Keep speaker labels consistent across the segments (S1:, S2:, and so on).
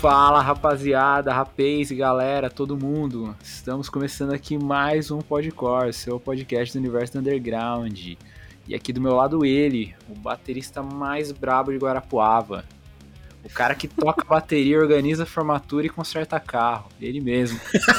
S1: Fala, rapaziada, rapaz, galera, todo mundo. Estamos começando aqui mais um Podcore, seu podcast do universo underground. E aqui do meu lado ele, o baterista mais brabo de Guarapuava. O cara que toca bateria, organiza formatura e conserta carro. Ele mesmo.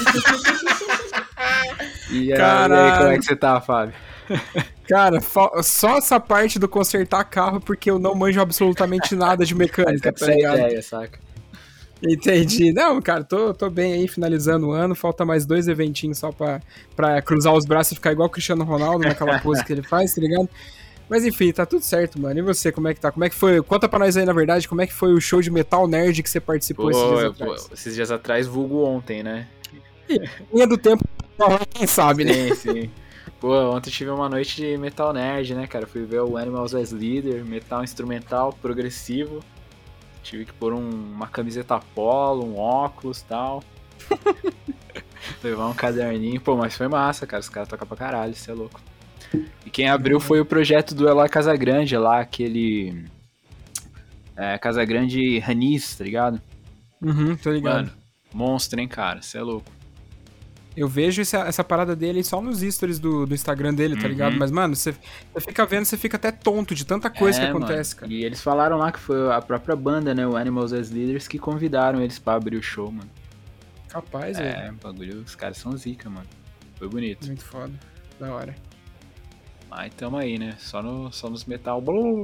S1: E aí, como é que você tá, Fábio?
S2: Cara, só essa parte do consertar carro, porque eu não manjo absolutamente nada de mecânica, tá ligado?
S1: Ideia, saca?
S2: Entendi. Não, cara, tô bem aí, finalizando o ano, falta mais 2 eventinhos só pra cruzar os braços e ficar igual o Cristiano Ronaldo naquela pose que ele faz, tá ligado? Mas enfim, tá tudo certo, mano. E você, como é que tá? Como é que foi? Conta pra nós aí, na verdade, como é que foi o show de Metal Nerd que você participou esses dias atrás?
S1: Esses dias atrás, vulgo ontem, né?
S2: Linha do tempo, quem sabe, né?
S1: Sim. Pô, ontem tive uma noite de Metal Nerd, né, cara? Fui ver o Animals as Leader, metal instrumental, progressivo. Tive que pôr uma camiseta polo, um óculos e tal. Levar um caderninho. Pô, mas foi massa, cara. Os caras tocam pra caralho, isso é louco. E quem abriu foi o projeto do Eloy Casagrande lá, aquele... Casagrande Ranis, tá ligado?
S2: Tô ligado.
S1: Mano, monstro, hein, cara? Isso é louco.
S2: Eu vejo essa parada dele só nos stories do Instagram dele, tá ligado? Mas, mano, você fica vendo, você fica até tonto de tanta coisa que acontece,
S1: mano.
S2: cara.
S1: E eles falaram lá que foi a própria banda, né, o Animals as Leaders, que convidaram eles pra abrir o show, mano.
S2: Capaz, velho.
S1: Bagulho, os caras são zica, mano. Foi bonito.
S2: Muito foda. Da hora.
S1: Mas tamo aí, né? Só nos metal.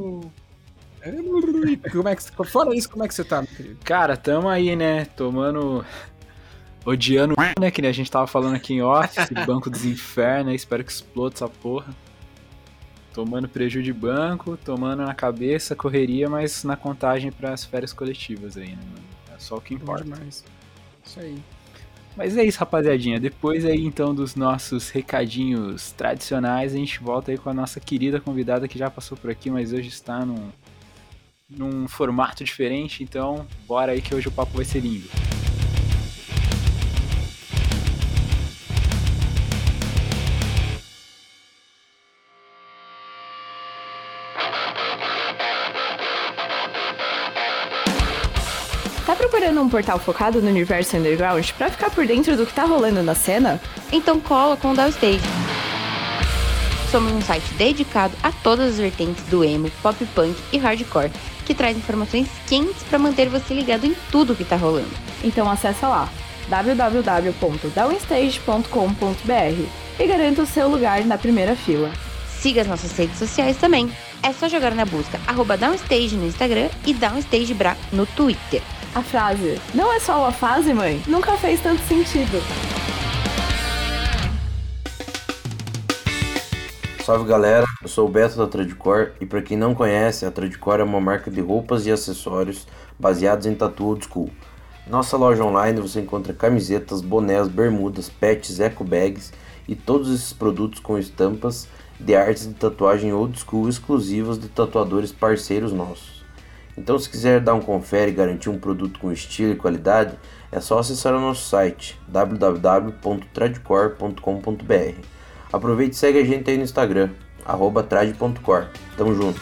S2: Fora isso, como é que você tá, meu querido?
S1: Cara, tamo aí, né? Odiando, né? Que nem a gente tava falando aqui em off, esse banco dos infernos, né? Espero que exploda essa porra. Tomando prejuízo de banco, tomando na cabeça, correria, mas na contagem pras férias coletivas aí, né, mano? É só o que importa.
S2: Demais. Isso aí.
S1: Mas é isso, rapaziadinha. Depois aí, então, dos nossos recadinhos tradicionais, a gente volta aí com a nossa querida convidada que já passou por aqui, mas hoje está num formato diferente. Então, bora aí que hoje o papo vai ser lindo.
S3: Tá procurando um portal focado no universo underground pra ficar por dentro do que tá rolando na cena?
S4: Então cola com o Downstage. Somos um site dedicado a todas as vertentes do emo, pop punk e hardcore, que traz informações quentes pra manter você ligado em tudo que tá rolando.
S3: Então acessa lá www.downstage.com.br e garanta o seu lugar na primeira fila.
S4: Siga as nossas redes sociais também. É só jogar na busca @Downstage no Instagram e DownstageBra no Twitter.
S3: A frase, não é só uma fase, mãe, nunca fez tanto sentido.
S5: Salve galera, eu sou o Beto da Tradicore e pra quem não conhece, a Tradicore é uma marca de roupas e acessórios baseados em tatu old school. Nossa loja online você encontra camisetas, bonés, bermudas, patches, eco bags e todos esses produtos com estampas de artes de tatuagem old school exclusivas de tatuadores parceiros nossos. Então se quiser dar um confere e garantir um produto com estilo e qualidade, é só acessar o nosso site www.tradicore.com.br. Aproveite e segue a gente aí no Instagram, @trad.core. Tamo junto!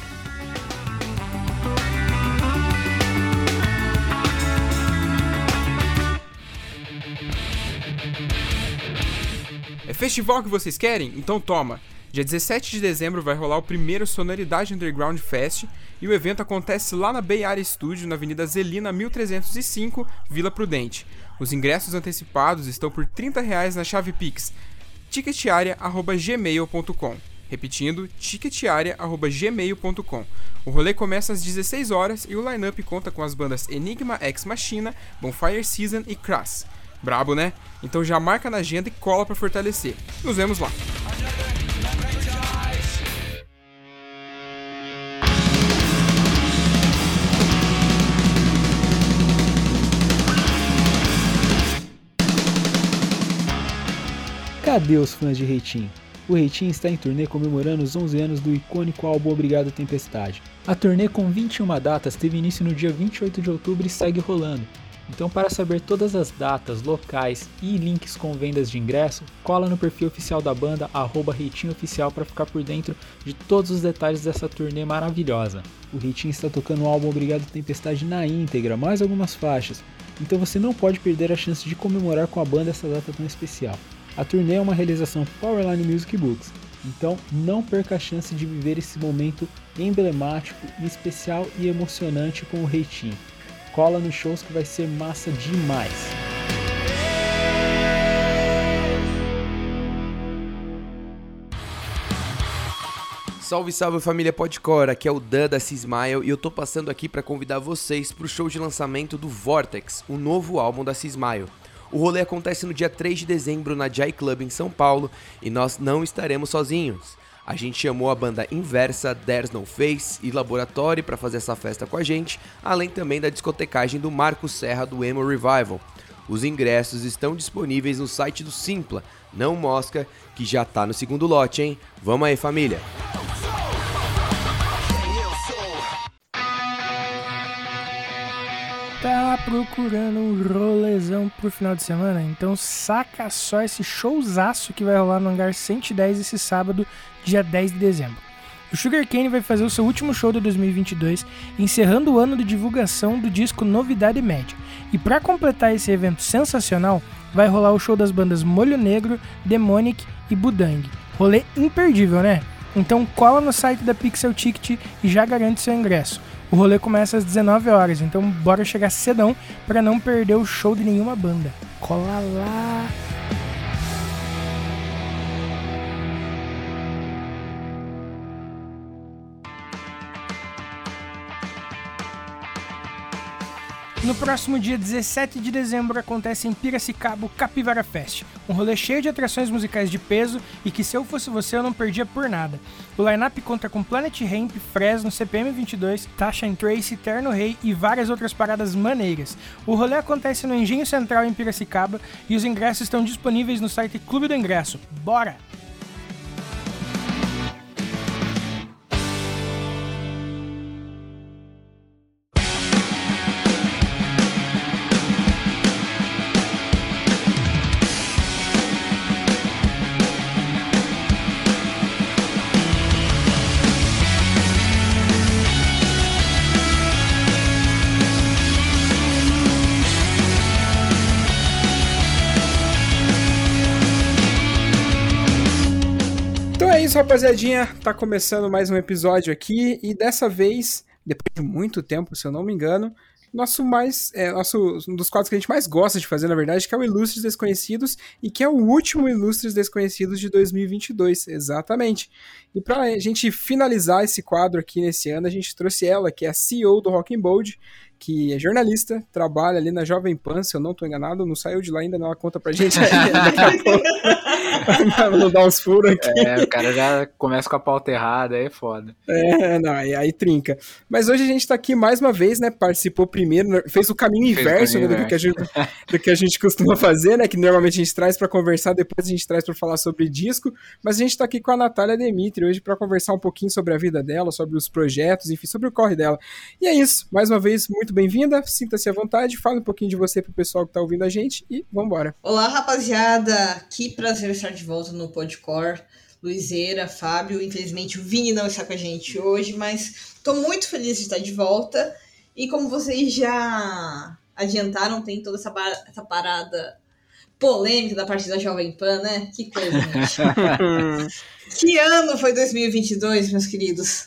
S2: É festival que vocês querem? Então toma! Dia 17 de dezembro vai rolar o primeiro Sonoridade Underground Fest e o evento acontece lá na Bay Area Studio, na Avenida Zelina 1305, Vila Prudente. Os ingressos antecipados estão por R$30 na chave Pix, ticketaria@gmail.com. Repetindo, ticketaria@gmail.com. O rolê começa às 16 horas e o line-up conta com as bandas Enigma Ex Machina, Bonfire Season e Crass. Brabo, né? Então já marca na agenda e cola pra fortalecer. Nos vemos lá!
S1: Cadê os fãs de Reitinho? O Reitinho está em turnê comemorando os 11 anos do icônico álbum Obrigado Tempestade. A turnê com 21 datas teve início no dia 28 de outubro e segue rolando. Então, para saber todas as datas, locais e links com vendas de ingresso, cola no perfil oficial da banda @reitinhooficial para ficar por dentro de todos os detalhes dessa turnê maravilhosa. O Reitinho está tocando o álbum Obrigado Tempestade na íntegra, mais algumas faixas. então você não pode perder a chance de comemorar com a banda essa data tão especial. A turnê é uma realização Powerline Music Books, então não perca a chance de viver esse momento emblemático, especial e emocionante com o Reitinho. Cola nos shows que vai ser massa demais!
S6: Salve, salve família Podcore, aqui é o Dan da C-Smile e eu tô passando aqui para convidar vocês pro show de lançamento do Vortex, o novo álbum da C-Smile. O rolê acontece no dia 3 de dezembro na Jai Club em São Paulo e nós não estaremos sozinhos. A gente chamou a banda Inversa, There's No Face e Laboratório para fazer essa festa com a gente, além também da discotecagem do Marco Serra do Emo Revival. Os ingressos estão disponíveis no site do Simpla, não mosca, que já tá no segundo lote, hein? Vamos aí, família!
S7: Tá procurando um rolezão pro final de semana? Então saca só esse showzaço que vai rolar no Hangar 110 esse sábado, dia 10 de dezembro. O Sugarcane vai fazer o seu último show de 2022, encerrando o ano de divulgação do disco Novidade Média. E para completar esse evento sensacional, vai rolar o show das bandas Molho Negro, Demonic e Budang. Rolê imperdível, né? Então cola no site da Pixel Ticket e já garante seu ingresso. O rolê começa às 19 horas, então bora chegar cedão para não perder o show de nenhuma banda. Cola lá! No próximo dia 17 de dezembro acontece em Piracicaba o Capivara Fest, um rolê cheio de atrações musicais de peso e que se eu fosse você eu não perdia por nada. O line-up conta com Planet Hemp, Fresno, CPM 22, Tasha and Tracy, Terno Rei e várias outras paradas maneiras. O rolê acontece no Engenho Central em Piracicaba e os ingressos estão disponíveis no site Clube do Ingresso. Bora!
S2: É isso, rapaziadinha, tá começando mais um episódio aqui e dessa vez, depois de muito tempo, se eu não me engano, um dos quadros que a gente mais gosta de fazer, na verdade, que é o Ilustres Desconhecidos e que é o último Ilustres Desconhecidos de 2022, exatamente. E pra gente finalizar esse quadro aqui nesse ano, a gente trouxe ela, que é a CEO do Rock and Bold, que é jornalista, trabalha ali na Jovem Pan, se eu não tô enganado, não saiu de lá ainda, não, ela conta pra gente aí, daqui a pouco. Não dar uns furos aqui.
S1: O cara já começa com a pauta errada, aí é foda.
S2: Não, aí trinca. Mas hoje a gente tá aqui mais uma vez, né, participou primeiro, fez o caminho inverso, né, do que a gente costuma fazer, né, que normalmente a gente traz pra conversar, depois a gente traz pra falar sobre disco, mas a gente tá aqui com a Natália Demitri hoje pra conversar um pouquinho sobre a vida dela, sobre os projetos, enfim, sobre o corre dela. E é isso, mais uma vez, muito bem-vinda, sinta-se à vontade, fale um pouquinho de você pro pessoal que tá ouvindo a gente e vambora.
S8: Olá, rapaziada, que prazer estar de volta no Podcore. Luizeira, Fábio, infelizmente o Vini não está com a gente hoje, mas estou muito feliz de estar de volta. E como vocês já adiantaram, tem toda essa parada polêmica da parte da Jovem Pan, né? Que coisa, gente. Que ano foi 2022, meus queridos?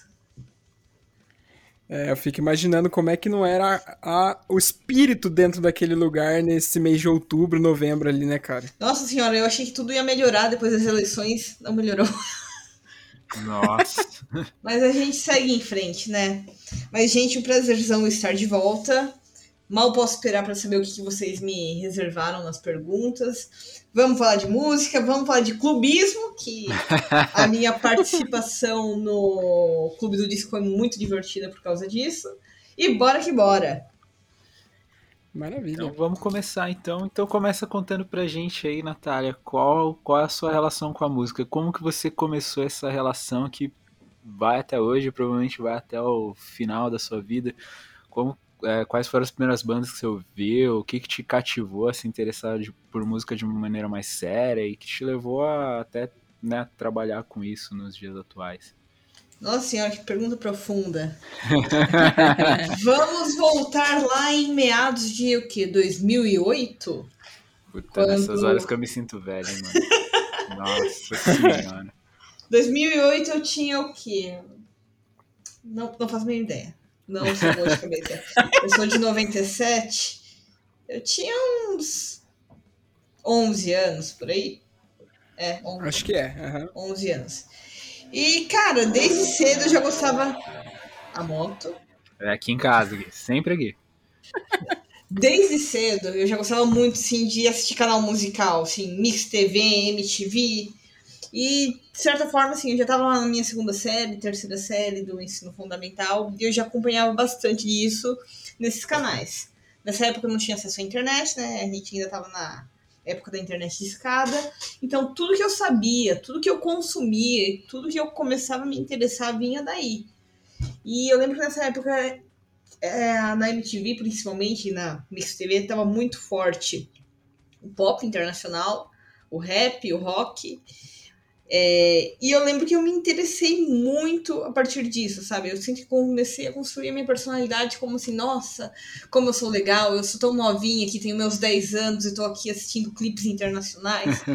S2: Eu fico imaginando como é que não era o espírito dentro daquele lugar nesse mês de outubro, novembro ali, né, cara?
S8: Nossa senhora, eu achei que tudo ia melhorar depois das eleições, não melhorou.
S1: Nossa.
S8: Mas a gente segue em frente, né? Mas, gente, um prazerzão estar de volta. Mal posso esperar para saber o que vocês me reservaram nas perguntas. Vamos falar de música, vamos falar de clubismo, que a minha participação no Clube do Disco foi muito divertida por causa disso. E bora que bora!
S2: Maravilha.
S1: Então vamos começar então. Então começa contando pra gente aí, Natália, qual é a sua relação com a música? Como que você começou essa relação que vai até hoje, provavelmente vai até o final da sua vida? Quais foram as primeiras bandas que você ouviu? O que te cativou a se interessar por música de uma maneira mais séria e que te levou a até, né, trabalhar com isso nos dias atuais?
S8: Nossa senhora, que pergunta profunda. Vamos voltar lá em meados de o quê? 2008?
S1: Puta, nessas horas que eu me sinto velho, hein, mano. Nossa senhora.
S8: 2008 eu tinha o quê? Não faço a minha ideia. Não sou boa de cabeça. Eu sou de 97. Eu tinha uns 11 anos, por aí. 11.
S2: Acho que é.
S8: 11 anos. E, cara, desde cedo eu já gostava... A moto.
S1: É aqui em casa, Gui. Sempre aqui.
S8: Desde cedo eu já gostava muito, assim, de assistir canal musical, assim, Mix TV, MTV. E, de certa forma, assim, eu já estava na minha segunda série, terceira série do ensino fundamental, e eu já acompanhava bastante disso nesses canais. Nessa época eu não tinha acesso à internet, né? A gente ainda estava na época da internet de escada. Então, tudo que eu sabia, tudo que eu consumia, tudo que eu começava a me interessar vinha daí. E eu lembro que nessa época, na MTV, principalmente, na Mix TV, estava muito forte o pop internacional, o rap, o rock. E eu lembro que eu me interessei muito a partir disso, sabe? Eu sempre comecei a construir a minha personalidade como assim, nossa, como eu sou legal, eu sou tão novinha que tenho meus 10 anos e tô aqui assistindo clipes internacionais.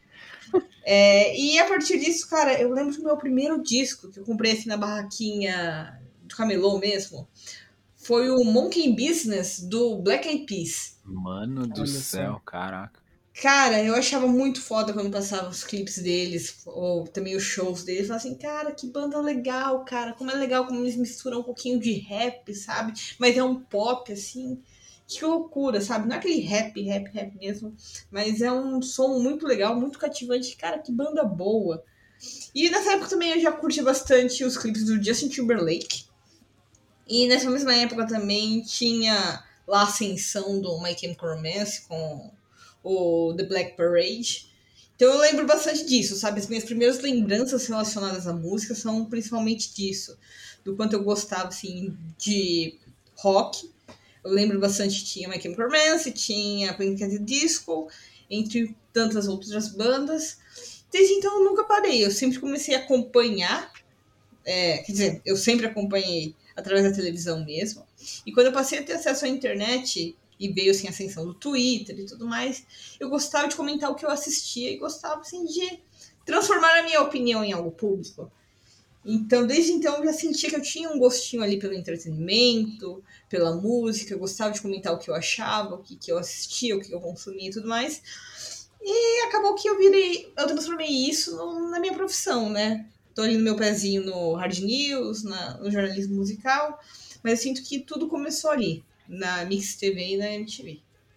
S8: E a partir disso, cara, eu lembro do meu primeiro disco, que eu comprei assim na barraquinha do camelô mesmo, foi o Monkey Business do Black Eyed Peas.
S1: Mano do céu, caraca.
S8: Cara, eu achava muito foda quando passava os clipes deles, ou também os shows deles. Eu falava assim, cara, que banda legal, cara. Como é legal como eles misturam um pouquinho de rap, sabe? Mas é um pop, assim. Que loucura, sabe? Não é aquele rap mesmo. Mas é um som muito legal, muito cativante. Cara, que banda boa. E nessa época também eu já curti bastante os clipes do Justin Timberlake. E nessa mesma época também tinha lá a ascensão do My Chemical Romance com o The Black Parade. Então eu lembro bastante disso, sabe? As minhas primeiras lembranças relacionadas à música são principalmente disso. Do quanto eu gostava, assim, de rock. Eu lembro bastante, tinha My Chemical Romance, tinha Panic! At the Disco, entre tantas outras bandas. Desde então eu nunca parei, eu sempre comecei a acompanhar. Quer dizer, eu sempre acompanhei através da televisão mesmo. E quando eu passei a ter acesso à internet... e veio assim, a ascensão do Twitter e tudo mais, eu gostava de comentar o que eu assistia e gostava assim, de transformar a minha opinião em algo público. Então, desde então, eu já sentia que eu tinha um gostinho ali pelo entretenimento, pela música, eu gostava de comentar o que eu achava, o que eu assistia, o que eu consumia e tudo mais. E acabou que eu transformei isso na minha profissão, né? Tô ali no meu pezinho no Hard News, no jornalismo musical, mas eu sinto que tudo começou ali, na Mix TV e na MTV.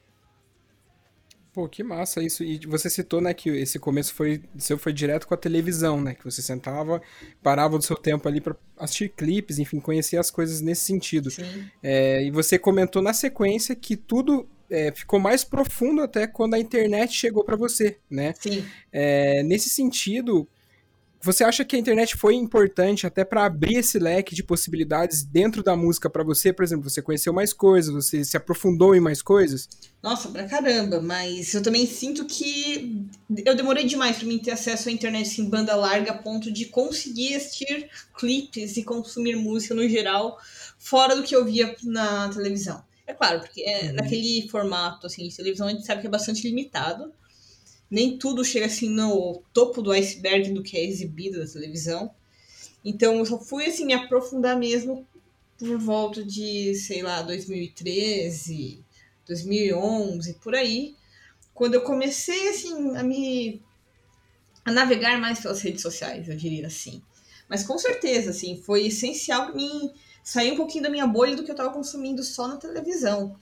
S2: Pô, que massa isso. E você citou, né, que esse começo foi direto com a televisão, né? Que você sentava, parava do seu tempo ali pra assistir clipes, enfim, conhecer as coisas nesse sentido.
S8: Sim.
S2: E você comentou na sequência que tudo ficou mais profundo até quando a internet chegou pra você, né?
S8: Sim.
S2: Nesse sentido, você acha que a internet foi importante até para abrir esse leque de possibilidades dentro da música para você? Por exemplo, você conheceu mais coisas, você se aprofundou em mais coisas?
S8: Nossa, pra caramba, mas eu também sinto que eu demorei demais para mim ter acesso à internet em banda larga a ponto de conseguir assistir clipes e consumir música no geral fora do que eu via na televisão. É claro, porque naquele formato assim, de televisão a gente sabe que é bastante limitado. Nem tudo chega assim no topo do iceberg do que é exibido na televisão. Então eu só fui assim me aprofundar mesmo por volta de, sei lá, 2013, 2011, por aí, quando eu comecei assim a navegar mais pelas redes sociais, eu diria assim. Mas com certeza, assim, foi essencial para mim sair um pouquinho da minha bolha do que eu estava consumindo só na televisão.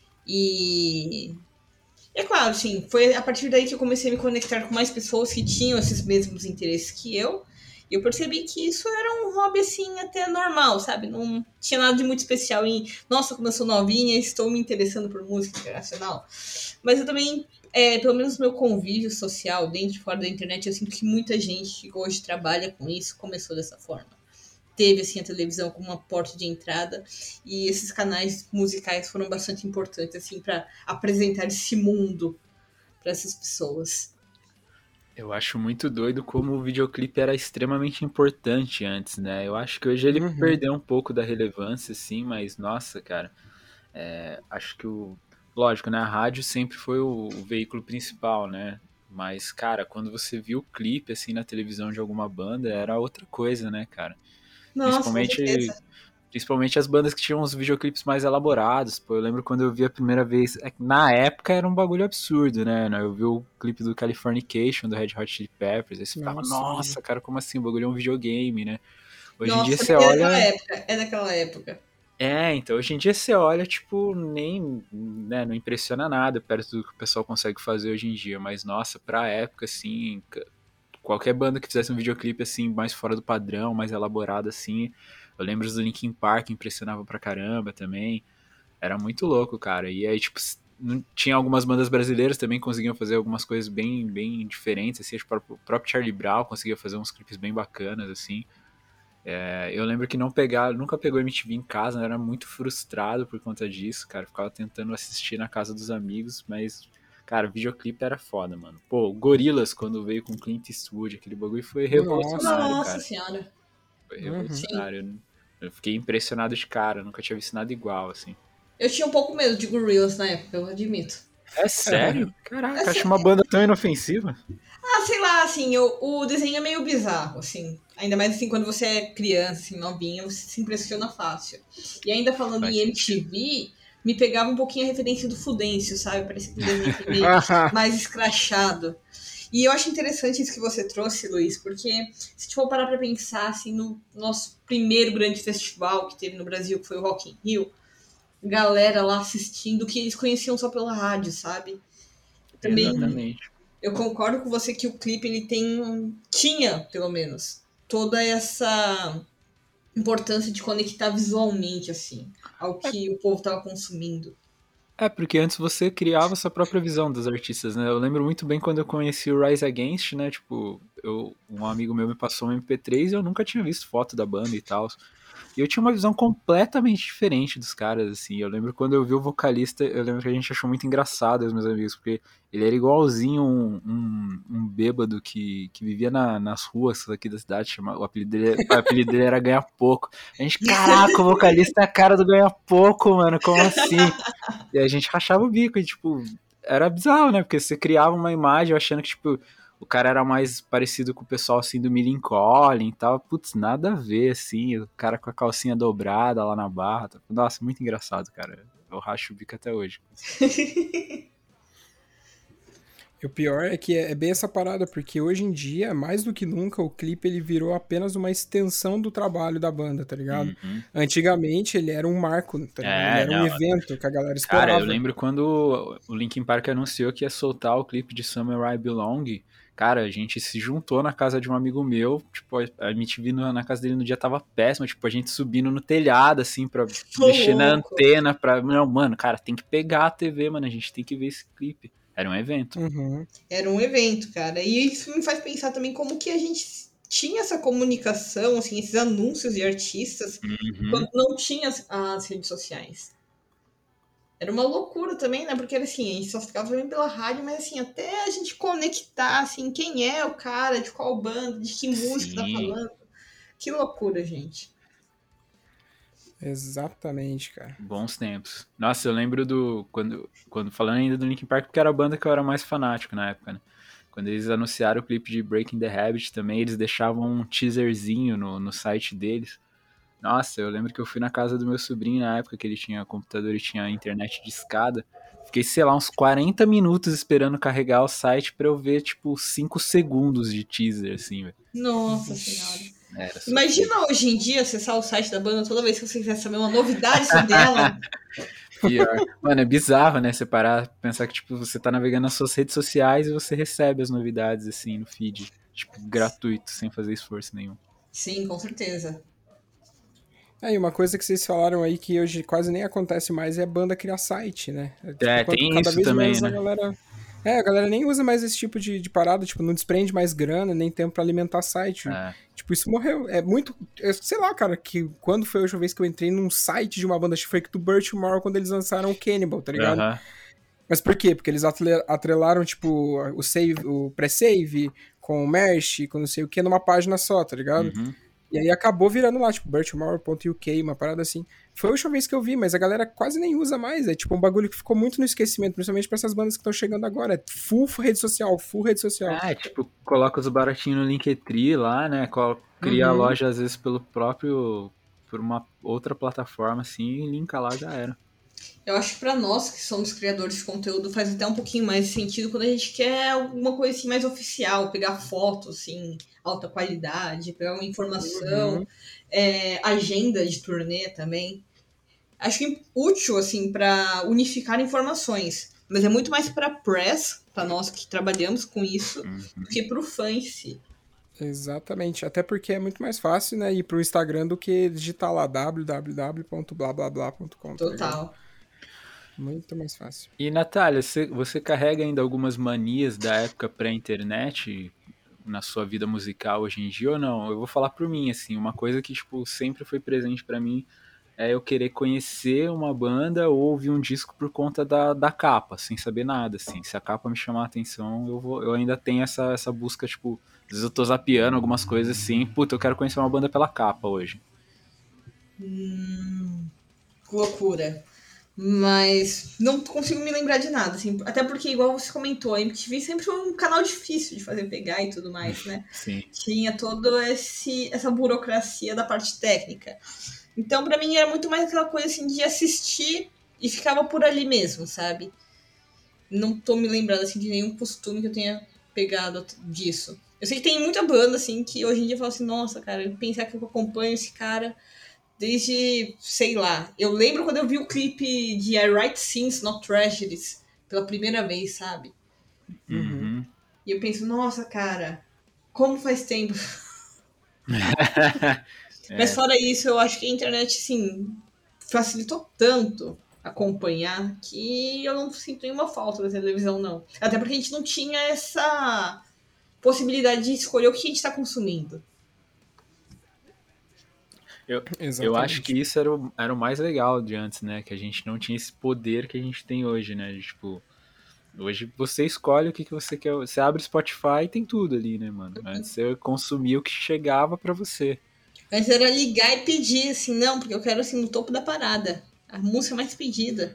S8: E é claro, sim, foi a partir daí que eu comecei a me conectar com mais pessoas que tinham esses mesmos interesses que eu. E eu percebi que isso era um hobby, assim, até normal, sabe? Não tinha nada de muito especial em, nossa, como eu sou novinha, estou me interessando por música internacional. Mas eu também, pelo menos no meu convívio social, dentro e fora da internet, eu sinto que muita gente que hoje trabalha com isso começou dessa forma. Teve assim a televisão como uma porta de entrada e esses canais musicais foram bastante importantes assim para apresentar esse mundo para essas pessoas.
S1: Eu acho muito doido como o videoclipe era extremamente importante antes, né? Eu acho que hoje ele perdeu um pouco da relevância, assim, mas nossa, cara, acho que lógico, né? A rádio sempre foi o veículo principal, né? Mas, cara, quando você viu o clipe, assim, na televisão de alguma banda, era outra coisa, né, cara?
S8: Nossa, com
S1: Principalmente,
S8: certeza.
S1: principalmente as bandas que tinham os videoclipes mais elaborados. Pô, eu lembro quando eu vi a primeira vez. Na época era um bagulho absurdo, né? Eu vi o clipe do Californication, do Red Hot Chili Peppers. Aí você ficava,
S7: Nossa,
S1: nossa, cara, como assim? O bagulho é um videogame, né? Hoje em dia
S8: Nossa,
S1: você
S8: é daquela
S1: olha.
S8: época, é daquela época.
S1: Então, hoje em dia você olha, tipo, nem, né, não impressiona nada perto do que o pessoal consegue fazer hoje em dia. Mas, nossa, pra época, assim, qualquer banda que fizesse um videoclipe, assim, mais fora do padrão, mais elaborado, assim. Eu lembro do Linkin Park, impressionava pra caramba também. Era muito louco, cara. E aí, tipo, tinha algumas bandas brasileiras também que conseguiam fazer algumas coisas bem, bem diferentes, assim. Acho que o próprio Charlie Brown conseguia fazer uns clipes bem bacanas, assim. Eu lembro que nunca pegou MTV em casa, né? Era muito frustrado por conta disso, cara. Ficava tentando assistir na casa dos amigos, mas, cara, o videoclipe era foda, mano. Pô, o Gorillaz, quando veio com Clint Eastwood, aquele bagulho foi revolucionário,
S8: Nossa
S1: cara.
S8: senhora.
S1: Foi
S8: Sim.
S1: revolucionário. Eu fiquei impressionado de cara, nunca tinha visto nada igual, assim.
S8: Eu tinha um pouco medo de Gorillaz na época, eu admito.
S1: É sério?
S8: É
S1: Caraca, acho uma
S8: sé-
S1: banda tão inofensiva.
S8: sei lá, assim, o desenho é meio bizarro, assim. Ainda mais assim, quando você é criança, assim, novinha, você se impressiona fácil. E ainda falando
S1: Faz
S8: em
S1: sentido.
S8: MTV, me pegava um pouquinho a referência do Fudêncio, sabe? Parecia que o desenho foi meio mais escrachado. E eu acho interessante isso que você trouxe, Luiz, porque se tu for parar pra pensar, assim, no nosso primeiro grande festival que teve no Brasil, que foi o Rock in Rio, galera lá assistindo, que eles conheciam só pela rádio, sabe? Também
S1: Exatamente.
S8: eu concordo com você que o clipe ele tinha, pelo menos, toda essa importância de conectar visualmente, assim, ao que o povo tava consumindo.
S1: Porque antes você criava sua própria visão dos artistas, né? Eu lembro muito bem quando eu conheci o Rise Against, né? Tipo, um amigo meu me passou um MP3 e eu nunca tinha visto foto da banda e tal. E eu tinha uma visão completamente diferente dos caras, assim. Eu lembro quando eu vi o vocalista, eu lembro que a gente achou muito engraçado, os meus amigos, porque ele era igualzinho um bêbado que vivia nas ruas aqui da cidade. O apelido dele era Ganha Pouco. A gente, caraca, o vocalista é a cara do Ganha Pouco, mano, como assim? E a gente rachava o bico e, tipo, era bizarro, né? Porque você criava uma imagem achando que, tipo, o cara era mais parecido com o pessoal, assim, do Millencolin e tal. Putz, nada a ver, assim. O cara com a calcinha dobrada lá na barra. Nossa, muito engraçado, cara. Eu racho o bico até hoje.
S2: E o pior é que é bem essa parada, porque hoje em dia, mais do que nunca, o clipe ele virou apenas uma extensão do trabalho da banda, tá ligado?
S1: Uhum.
S2: Antigamente ele era um marco, tá ligado? Ele era um
S1: Não.
S2: evento que a galera esperava.
S1: Cara, eu lembro quando o Linkin Park anunciou que ia soltar o clipe de Somewhere I Belong. Cara, a gente se juntou na casa de um amigo meu, tipo, a MTV na casa dele no dia tava péssima, tipo, a gente subindo no telhado, assim, pra mexer na
S8: Louco.
S1: antena, Não, mano, cara, tem que pegar a TV, mano, a gente tem que ver esse clipe. Era um evento.
S2: Uhum.
S8: Era um evento, cara. E isso me faz pensar também como que a gente tinha essa comunicação, assim, esses anúncios de artistas, quando não tinha as redes sociais. Era uma loucura também, né? Porque assim, a gente só ficava vendo pela rádio, mas assim, até a gente conectar, assim, quem é o cara, de qual banda, de que música tá
S1: Sim.
S8: falando. Que loucura, gente.
S2: Exatamente, cara.
S1: Bons tempos. Nossa, eu lembro quando falando ainda do Linkin Park, porque era a banda que eu era mais fanático na época, né? Quando eles anunciaram o clipe de Breaking the Habit também, eles deixavam um teaserzinho no site deles. Nossa, eu lembro que eu fui na casa do meu sobrinho na época que ele tinha computador e tinha internet de escada. Fiquei, sei lá, uns 40 minutos esperando carregar o site pra eu ver, tipo, 5 segundos de teaser, assim, velho.
S8: Nossa senhora.
S1: Era
S8: Imagina hoje em dia acessar o site da banda toda vez que você quiser saber uma novidade sobre ela.
S1: pior. Mano, é bizarro, né? Você parar, pensar que, tipo, você tá navegando nas suas redes sociais e você recebe as novidades, assim, no feed. Tipo, gratuito, sem fazer esforço nenhum.
S8: Sim, com certeza.
S2: E uma coisa que vocês falaram aí que hoje quase nem acontece mais é a banda criar site, né?
S1: Tem
S2: cada
S1: isso
S2: vez
S1: também,
S2: menos
S1: né?
S2: a galera nem usa mais esse tipo de parada, tipo, não desprende mais grana, nem tempo pra alimentar site. Tipo, isso morreu. É muito. Sei lá, cara, que quando foi a última vez que eu entrei num site de uma banda, acho que foi do Birch Moral quando eles lançaram o Cannibal, tá ligado? Mas por quê? Porque eles atrelaram, tipo, o save, o pré-save com o mesh, com não sei o que, numa página só, tá ligado?
S1: Uhum.
S2: E aí acabou virando lá, tipo, Bertmore.uk, uma parada assim. Foi a última vez que eu vi, mas a galera quase nem usa mais. É tipo um bagulho que ficou muito no esquecimento, principalmente pra essas bandas que estão chegando agora. É full rede social, full rede social.
S1: Tipo, coloca os baratinhos no Linktree lá, né? Cria a loja, às vezes, por uma outra plataforma, assim, e linka lá, já era.
S8: Eu acho que pra nós que somos criadores de conteúdo faz até um pouquinho mais de sentido quando a gente quer alguma coisa assim mais oficial, pegar fotos assim, alta qualidade, pegar uma informação, agenda de turnê também. Acho que útil assim para unificar informações, mas é muito mais para press, para nós que trabalhamos com isso, do que pro fã em si.
S2: Exatamente, até porque é muito mais fácil, né, ir pro Instagram do que digitar lá www.blablabla.com.
S8: Total.
S2: Muito mais fácil.
S1: E, Natália, você carrega ainda algumas manias da época pré-internet na sua vida musical hoje em dia ou não? Eu vou falar por mim, assim, uma coisa que, tipo, sempre foi presente pra mim é eu querer conhecer uma banda ou ouvir um disco por conta da capa, sem saber nada, assim. Se a capa me chamar a atenção, eu ainda tenho essa busca, tipo, às vezes eu tô zapeando algumas coisas assim, puta, eu quero conhecer uma banda pela capa hoje.
S8: Loucura. Mas não consigo me lembrar de nada, assim. Até porque, igual você comentou, a MTV sempre foi um canal difícil de fazer pegar e tudo mais, né?
S1: Sim.
S8: Tinha toda essa burocracia da parte técnica. Então, pra mim, era muito mais aquela coisa, assim, de assistir e ficava por ali mesmo, sabe? Não tô me lembrando, assim, de nenhum costume que eu tenha pegado disso. Eu sei que tem muita banda, assim, que hoje em dia fala assim, nossa, cara, pensar que eu acompanho esse cara desde, sei lá. Eu lembro quando eu vi o clipe de I Write Sins, Not Tragedies, pela primeira vez, sabe?
S1: Uhum.
S8: E eu penso, nossa, cara, como faz tempo. Mas fora isso, eu acho que a internet, sim, facilitou tanto acompanhar que eu não sinto nenhuma falta da televisão, não. Até porque a gente não tinha essa possibilidade de escolher o que a gente está consumindo.
S1: Eu acho que isso era o mais legal de antes, né? Que a gente não tinha esse poder que a gente tem hoje, né? Tipo, hoje você escolhe o que você quer. Você abre Spotify e tem tudo ali, né, mano? Antes você consumia o que chegava pra você.
S8: Antes era ligar e pedir, assim, não, porque eu quero, assim, no topo da parada. A música mais pedida.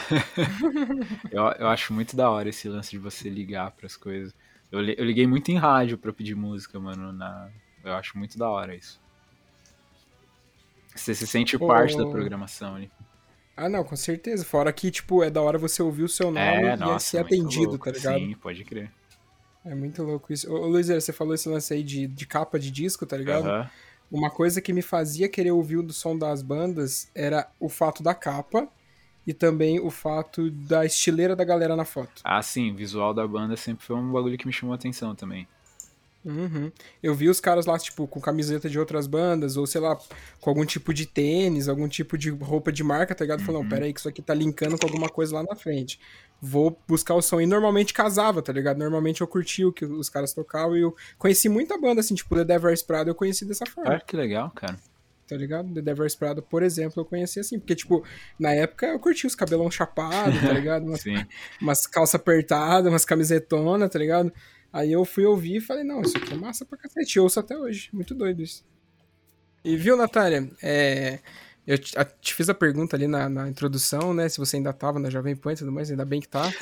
S1: Eu acho muito da hora esse lance de você ligar pras coisas. Eu liguei muito em rádio pra pedir música, mano. Eu acho muito da hora isso. Você se sente parte da programação ali.
S2: Ah, não, com certeza. Fora que, tipo, é da hora você ouvir o seu nome e ser atendido,
S1: louco.
S2: Tá ligado?
S1: Sim, pode crer.
S2: É muito louco isso. Ô, Luizeira, você falou esse lance aí de capa de disco, tá ligado? Uma coisa que me fazia querer ouvir o som das bandas era o fato da capa e também o fato da estileira da galera na foto.
S1: Ah, sim, o visual da banda sempre foi um bagulho que me chamou a atenção também.
S2: Eu vi os caras lá, tipo, com camiseta de outras bandas, ou sei lá, com algum tipo de tênis, algum tipo de roupa de marca, tá ligado? Falando, pera aí, que isso aqui tá linkando com alguma coisa lá na frente. Vou buscar o som. E normalmente casava, tá ligado? Normalmente eu curti o que os caras tocavam e eu conheci muita banda, assim, tipo, The Devil Wears Prada eu conheci dessa forma.
S1: Ah, que legal, cara.
S2: Tá ligado? The Devil Wears Prada, por exemplo, eu conheci assim, porque, tipo, na época eu curti os cabelão chapado, tá ligado? Umas calças apertadas, umas camisetonas, tá ligado? Aí eu fui ouvir e falei, não, isso aqui é massa pra cacete, eu ouço até hoje, muito doido isso. E viu, Natália, eu te fiz a pergunta ali na introdução, né, se você ainda tava na Jovem Pan e tudo mais, ainda bem que tá, né?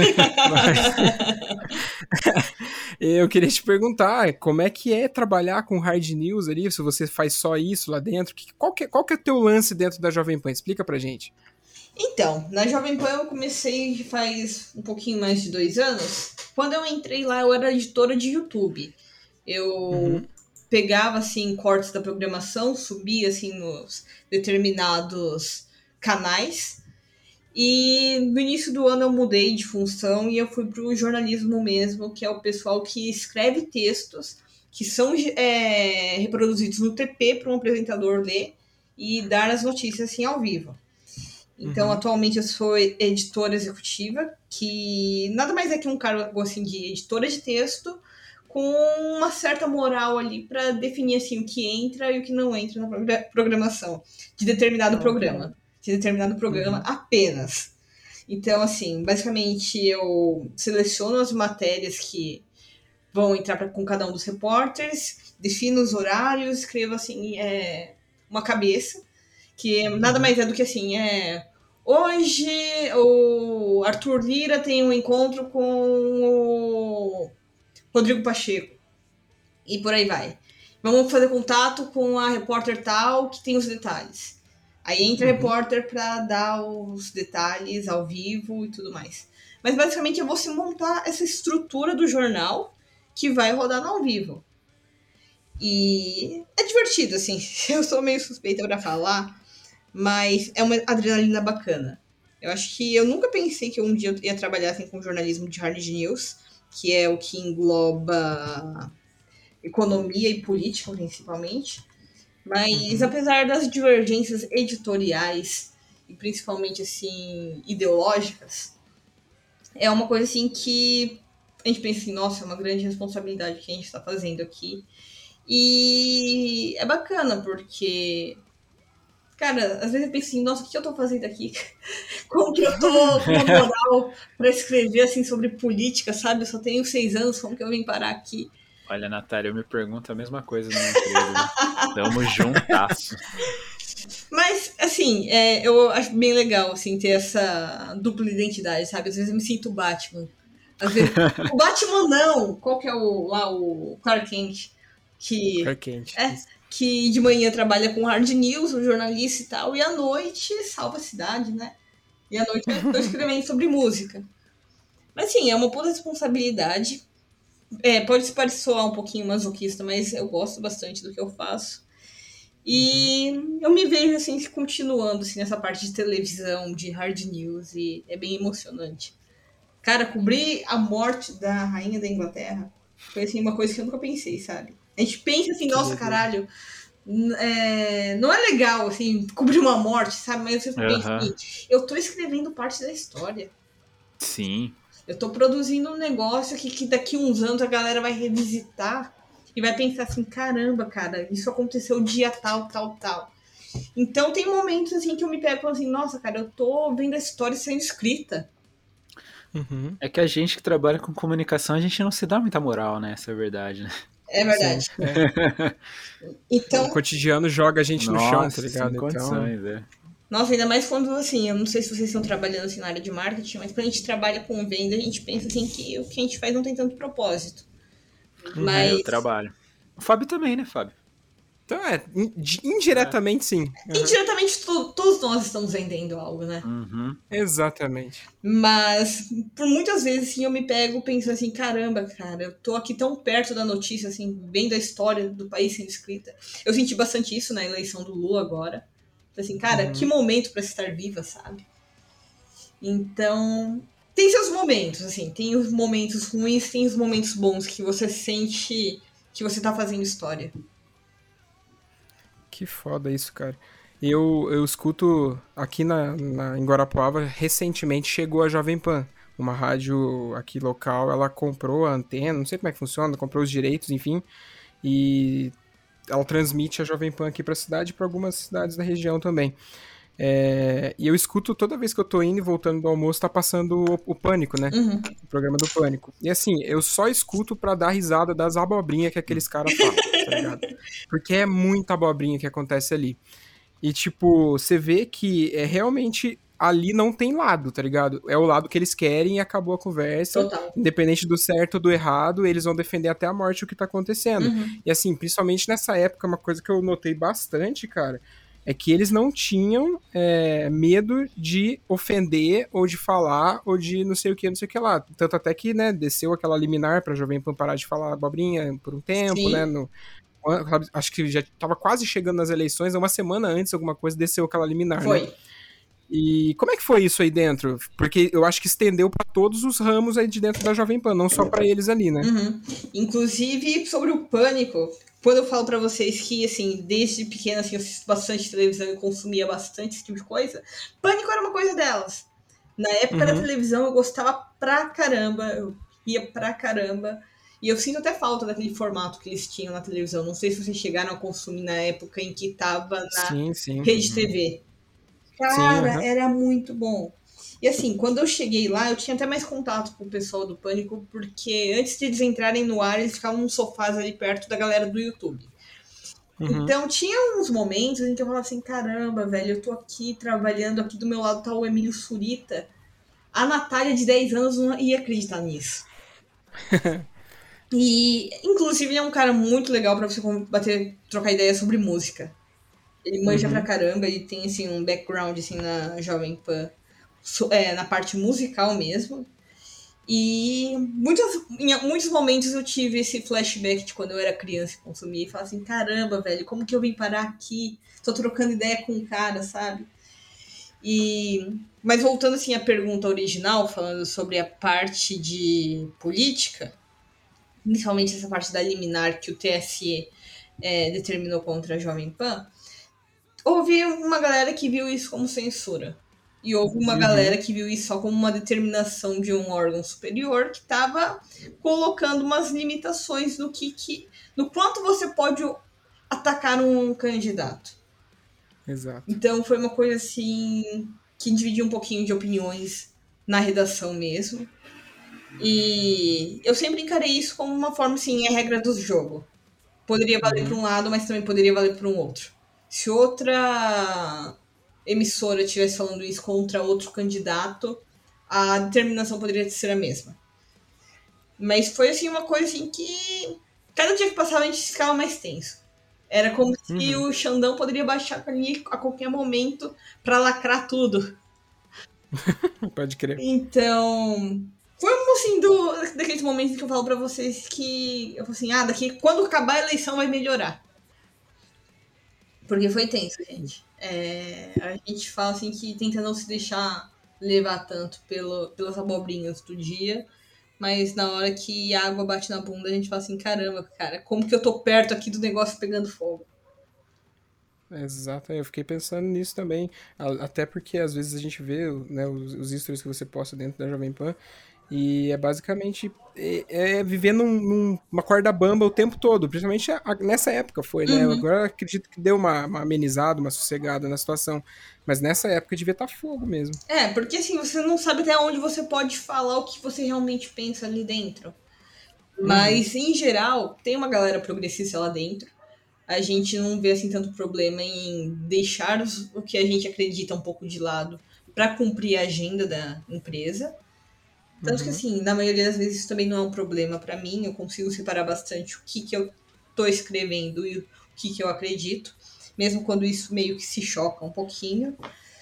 S2: Eu queria te perguntar, como é que é trabalhar com hard news ali, se você faz só isso lá dentro, qual que é o teu lance dentro da Jovem Pan? Explica pra gente.
S8: Então, na Jovem Pan eu comecei faz um pouquinho mais de 2 anos. Quando eu entrei lá, eu era editora de YouTube. Eu pegava, assim, cortes da programação, subia, assim, nos determinados canais. E no início do ano eu mudei de função e eu fui pro jornalismo mesmo, que é o pessoal que escreve textos que são reproduzidos no TP para um apresentador ler e dar as notícias, assim, ao vivo. Então, atualmente eu sou editora executiva, que nada mais é que um cargo assim, de editora de texto, com uma certa moral ali para definir assim, o que entra e o que não entra na programação de determinado programa. De determinado programa apenas. Então, assim, basicamente eu seleciono as matérias que vão entrar com cada um dos repórteres, defino os horários, escrevo, assim, uma cabeça, que nada mais é do que, assim, hoje o Arthur Lira tem um encontro com o Rodrigo Pacheco. E por aí vai. Vamos fazer contato com a repórter tal que tem os detalhes. Aí entra a repórter para dar os detalhes ao vivo e tudo mais. Mas basicamente é você montar essa estrutura do jornal que vai rodar no ao vivo. E é divertido, assim. Eu sou meio suspeita para falar, mas é uma adrenalina bacana. Eu acho que eu nunca pensei que um dia eu ia trabalhar assim, com jornalismo de hard news, que é o que engloba economia e política, principalmente. Mas apesar das divergências editoriais e principalmente assim ideológicas, é uma coisa assim que a gente pensa assim, nossa, é uma grande responsabilidade que a gente está fazendo aqui. E é bacana porque, cara, às vezes eu penso assim, nossa, o que eu tô fazendo aqui? Como que eu tô com uma moral pra escrever assim sobre política, sabe? Eu só tenho 6 anos, como que eu vim parar aqui?
S1: Olha, Natália, eu me pergunto a mesma coisa na minha empresa. Né? Tamo juntasso.
S8: Mas, assim, eu acho bem legal, assim, ter essa dupla identidade, sabe? Às vezes eu me sinto Batman. Às vezes... o Batman não! Qual que é o Clark Kent?
S2: Clark Kent.
S8: Que de manhã trabalha com hard news, um jornalista e tal, e à noite salva a cidade, né? E à noite eu tô escrevendo sobre música. Mas, sim, é uma puta responsabilidade. Pode soar um pouquinho masoquista, mas eu gosto bastante do que eu faço. E eu me vejo, assim, continuando assim, nessa parte de televisão, de hard news, e é bem emocionante. Cara, cobrir a morte da rainha da Inglaterra foi, assim, uma coisa que eu nunca pensei, sabe? A gente pensa assim, nossa, caralho, não é legal, assim, cobrir uma morte, sabe? Mas eu penso assim, eu tô escrevendo parte da história.
S1: Sim.
S8: Eu tô produzindo um negócio que daqui uns anos a galera vai revisitar e vai pensar assim, caramba, cara, isso aconteceu dia tal, tal, tal. Então tem momentos assim que eu me pego e falo assim, nossa, cara, eu tô vendo a história sendo escrita.
S1: É que a gente que trabalha com comunicação, a gente não se dá muita moral, né? Essa é a verdade, né?
S8: É verdade. Então,
S2: o cotidiano joga a gente no chão, tá ligado?
S1: Sem condições,
S8: Nossa, ainda mais quando, assim, eu não sei se vocês estão trabalhando assim, na área de marketing, mas quando a gente trabalha com venda, a gente pensa assim que o que a gente faz não tem tanto propósito. Mas...
S1: eu trabalho. O Fábio também, né, Fábio?
S2: Então indiretamente sim.
S8: Indiretamente todos nós estamos vendendo algo, né?
S2: Exatamente.
S8: Mas por muitas vezes assim, eu me pego pensando assim, caramba, cara, eu tô aqui tão perto da notícia, assim, vendo a história do país sendo escrita. Eu senti bastante isso na eleição do Lula agora. Assim, cara, que momento pra estar viva, sabe? Então, tem seus momentos, assim, tem os momentos ruins, tem os momentos bons que você sente que você tá fazendo história.
S2: Que foda isso, cara. Eu escuto aqui em Guarapuava, recentemente chegou a Jovem Pan, uma rádio aqui local, ela comprou a antena, não sei como é que funciona, comprou os direitos, enfim, e ela transmite a Jovem Pan aqui pra cidade e pra algumas cidades da região também. E eu escuto toda vez que eu tô indo e voltando do almoço, tá passando o Pânico, né? O programa do Pânico. E assim, eu só escuto pra dar risada das abobrinhas que aqueles caras falam, tá ligado? Porque é muita abobrinha que acontece ali. E tipo, você vê que realmente ali não tem lado, tá ligado? É o lado que eles querem e acabou a conversa.
S8: Total.
S2: Independente do certo ou do errado, eles vão defender até a morte o que tá acontecendo. E assim, principalmente nessa época, uma coisa que eu notei bastante, cara, é que eles não tinham medo de ofender, ou de falar, ou de não sei o que lá. Tanto até que, né, desceu aquela liminar pra Jovem Pan parar de falar abobrinha por um tempo,
S8: Sim.
S2: né, acho que já tava quase chegando nas eleições, uma semana antes, alguma coisa, desceu aquela liminar,
S8: Foi.
S2: né? E como é que foi isso aí dentro? Porque eu acho que estendeu pra todos os ramos aí de dentro da Jovem Pan, não só pra eles ali, né?
S8: Inclusive, sobre o Pânico, quando eu falo pra vocês que, assim, desde pequena, assim, eu assisto bastante televisão e consumia bastante esse tipo de coisa, Pânico era uma coisa delas. Na época da televisão, eu gostava pra caramba, eu ia pra caramba, e eu sinto até falta daquele formato que eles tinham na televisão. Não sei se vocês chegaram a consumir na época em que tava na
S2: Sim.
S8: Rede TV. Cara, era muito bom. E assim, quando eu cheguei lá, eu tinha até mais contato com o pessoal do Pânico, porque antes de eles entrarem no ar, eles ficavam nos sofás ali perto da galera do YouTube. Então, tinha uns momentos em que eu falava assim, caramba, velho, eu tô aqui trabalhando, aqui do meu lado tá o Emílio Surita. A Natália de 10 anos não ia acreditar nisso. E, inclusive, ele é um cara muito legal pra você trocar ideia sobre música. Ele manja pra caramba, ele tem, assim, um background, assim, na Jovem Pan, na parte musical mesmo. E em muitos momentos eu tive esse flashback de quando eu era criança e consumia e falava assim, caramba, velho, como que eu vim parar aqui? Tô trocando ideia com um cara, sabe? Mas voltando assim à pergunta original, falando sobre a parte de política, principalmente essa parte da liminar que o TSE determinou contra a Jovem Pan, houve uma galera que viu isso como censura. E houve uma galera que viu isso só como uma determinação de um órgão superior que estava colocando umas limitações no quanto você pode atacar um candidato.
S2: Exato.
S8: Então foi uma coisa assim que dividiu um pouquinho de opiniões na redação mesmo. E eu sempre encarei isso como uma forma, assim, a regra do jogo. Poderia valer para um lado, mas também poderia valer para um outro. Se outra emissora estivesse falando isso contra outro candidato, a determinação poderia ser a mesma. Mas foi assim uma coisa assim que cada dia que passava a gente ficava mais tenso. Era como se o Xandão poderia baixar ali a qualquer momento para lacrar tudo.
S2: Pode crer.
S8: Então, foi um assim daqueles momentos que eu falo para vocês que eu falo assim, quando acabar a eleição vai melhorar. Porque foi tenso, gente. A gente fala assim que tenta não se deixar levar tanto pelas abobrinhas do dia, mas na hora que a água bate na bunda, a gente fala assim, caramba, cara, como que eu tô perto aqui do negócio pegando fogo?
S2: Exato, eu fiquei pensando nisso também, até porque às vezes a gente vê, né, os stories que você posta dentro da Jovem Pan, e é basicamente vivendo numa corda bamba o tempo todo, principalmente nessa época foi, né? Agora eu acredito que deu uma amenizada, uma sossegada na situação, mas nessa época devia estar fogo mesmo.
S8: Porque assim, você não sabe até onde você pode falar o que você realmente pensa ali dentro. Mas, em geral, tem uma galera progressista lá dentro. A gente não vê assim tanto problema em deixar o que a gente acredita um pouco de lado para cumprir a agenda da empresa. Tanto que, assim, na maioria das vezes isso também não é um problema para mim. Eu consigo separar bastante o que eu tô escrevendo e o que eu acredito. Mesmo quando isso meio que se choca um pouquinho.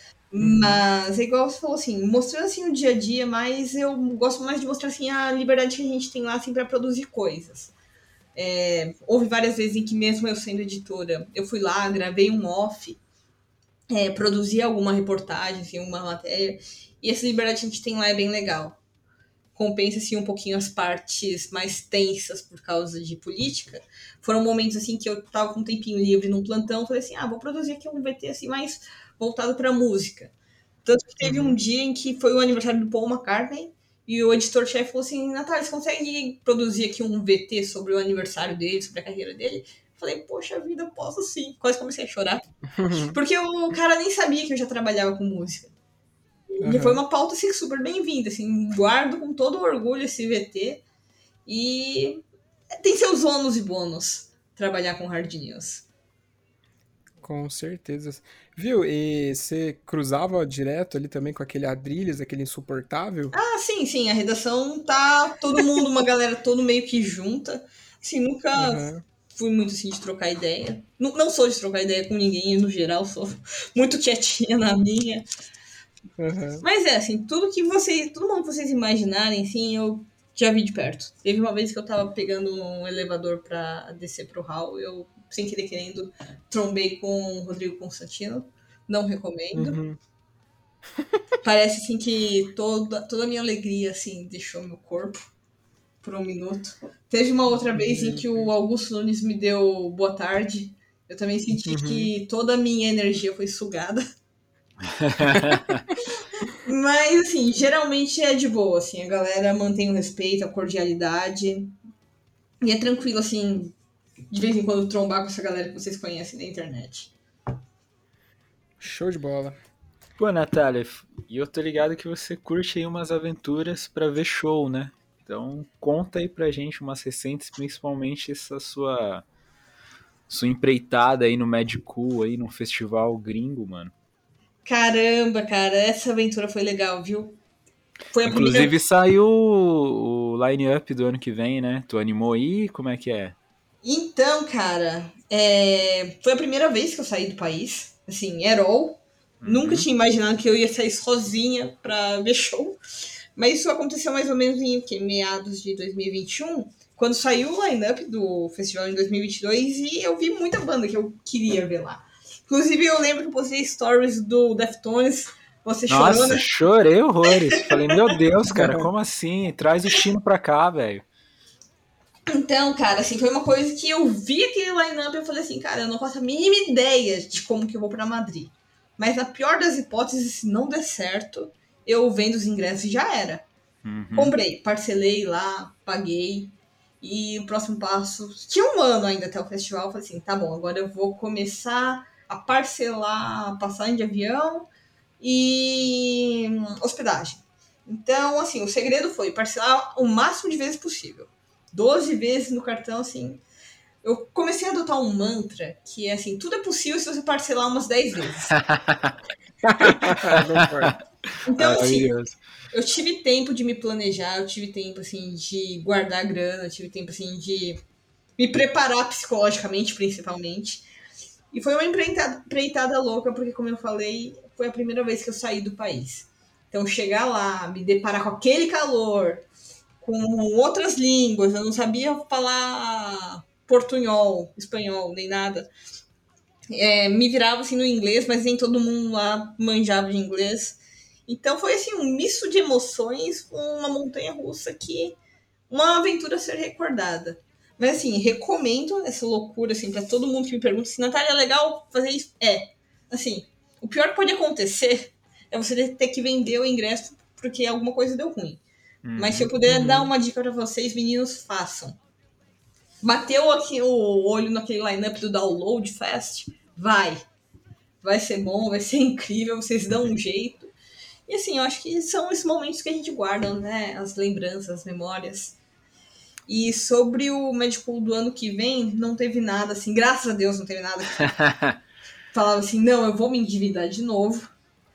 S8: Mas é igual você falou, assim, mostrando assim o dia a dia, mas eu gosto mais de mostrar assim a liberdade que a gente tem lá assim, para produzir coisas. Houve várias vezes em que mesmo eu sendo editora, eu fui lá, gravei um off, produzi alguma reportagem, assim, uma matéria, e essa liberdade que a gente tem lá é bem legal. Compensa assim, um pouquinho as partes mais tensas por causa de política. Foram momentos assim que eu tava com um tempinho livre num plantão, falei assim, vou produzir aqui um VT assim, mais voltado pra música. Tanto que teve um dia em que foi o aniversário do Paul McCartney, e o editor-chefe falou assim, Natália, você consegue produzir aqui um VT sobre o aniversário dele, sobre a carreira dele? Falei, poxa vida, eu posso sim. Quase comecei a chorar. Porque o cara nem sabia que eu já trabalhava com música. E foi uma pauta assim, super bem-vinda. Assim, guardo com todo orgulho esse VT. E tem seus ônus e bônus trabalhar com hard news.
S2: Com certeza. Viu? E você cruzava direto ali também com aquele Adrilles, aquele insuportável?
S8: Sim. A redação tá todo mundo, uma galera todo meio que junta. Assim, nunca fui muito assim de trocar ideia. Não sou de trocar ideia com ninguém, no geral, sou muito quietinha na minha. Mas assim, todo mundo que vocês imaginarem, assim, eu já vi de perto. Teve uma vez que eu tava pegando um elevador pra descer pro hall, eu, sem querer querendo, trombei com o Rodrigo Constantino. Não recomendo. Parece assim que toda a minha alegria assim deixou meu corpo por um minuto. Teve uma outra vez em que o Augusto Nunes me deu boa tarde. Eu também senti que toda a minha energia foi sugada. Mas, assim, geralmente é de boa, assim, a galera mantém o respeito, a cordialidade. E é tranquilo, assim, de vez em quando trombar com essa galera que vocês conhecem na internet.
S2: Show de bola.
S1: Pô, Natália, e eu tô ligado que você curte aí umas aventuras pra ver show, né? Então conta aí pra gente umas recentes, principalmente essa sua empreitada aí no Mad Cool, aí no festival gringo, mano.
S8: Caramba, cara, essa aventura foi legal, viu? Foi a primeira.
S1: Inclusive saiu o line-up do ano que vem, né? Tu animou aí? Como é que é?
S8: Então, cara, foi a primeira vez que eu saí do país. Assim, at all. Nunca
S1: Uhum.
S8: tinha imaginado que eu ia sair sozinha pra ver show. Mas isso aconteceu mais ou menos em o quê? Meados de 2021, quando saiu o line-up do festival em 2022 e eu vi muita banda que eu queria ver lá. Inclusive, eu lembro que eu postei stories do Deftones, você chorou,
S1: Nossa,
S8: né?
S1: chorei horrores. Falei, meu Deus, cara, como assim? Traz o Chino pra cá, velho.
S8: Então, cara, assim, foi uma coisa que eu vi aquele line-up e eu falei assim, cara, eu não faço a mínima ideia de como que eu vou pra Madrid. Mas na pior das hipóteses, se não der certo, eu vendo os ingressos e já era.
S1: Uhum.
S8: Comprei, parcelei lá, paguei. E o próximo passo... Tinha um ano ainda até o festival. Eu falei assim, tá bom, agora eu vou começar a parcelar a passagem de avião e hospedagem. Então, assim, o segredo foi parcelar o máximo de vezes possível. 12 vezes no cartão, assim. Eu comecei a adotar um mantra que é assim, tudo é possível se você parcelar umas 10 vezes. Então, assim,
S1: Maravilhoso.
S8: eu tive tempo de me planejar, eu tive tempo, assim, de guardar grana, eu tive tempo, assim, de me preparar psicologicamente, principalmente. E foi uma empreitada louca, porque, como eu falei, foi a primeira vez que eu saí do país. Então, chegar lá, me deparar com aquele calor, com outras línguas, eu não sabia falar portunhol, espanhol, nem nada. Me virava, assim, no inglês, mas nem todo mundo lá manjava de inglês. Então foi assim um misto de emoções, uma montanha-russa que uma aventura a ser recordada. Mas assim, recomendo essa loucura assim para todo mundo que me pergunta se Natália é legal fazer isso. Assim, o pior que pode acontecer é você ter que vender o ingresso porque alguma coisa deu ruim. Mas se eu puder dar uma dica para vocês, meninos, façam. Bateu aqui o olho naquele lineup do Download Fest? Vai ser bom, vai ser incrível, vocês dão um jeito. E assim, eu acho que são esses momentos que a gente guarda, né? As lembranças, as memórias. E sobre o Magical do ano que vem, não teve nada, assim, graças a Deus não teve nada que falava assim, não, eu vou me endividar de novo.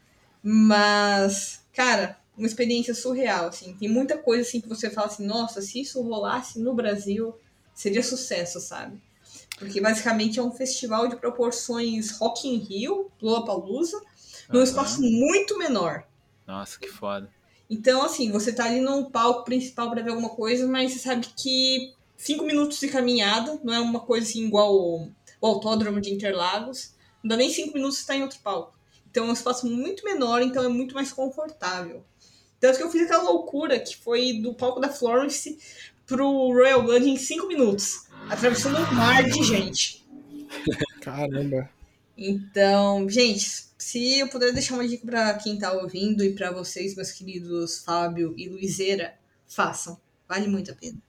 S8: Mas, cara, uma experiência surreal, assim. Tem muita coisa, assim, que você fala assim, nossa, se isso rolasse no Brasil, seria sucesso, sabe? Porque basicamente é um festival de proporções Rock in Rio, Lollapalooza, num espaço muito menor.
S1: Nossa, que foda.
S8: Então, assim, você tá ali no palco principal pra ver alguma coisa, mas você sabe que 5 minutos de caminhada, não é uma coisa assim igual o Autódromo de Interlagos, não dá nem 5 minutos você tá em outro palco. Então é um espaço muito menor, então é muito mais confortável. Tanto que eu fiz aquela loucura que foi do palco da Florence pro Royal Blood em 5 minutos, atravessando um mar de gente.
S7: Caramba.
S8: Então, gente, se eu puder deixar uma dica pra quem tá ouvindo e pra vocês, meus queridos Fábio e Luizeira, façam. Vale muito a pena.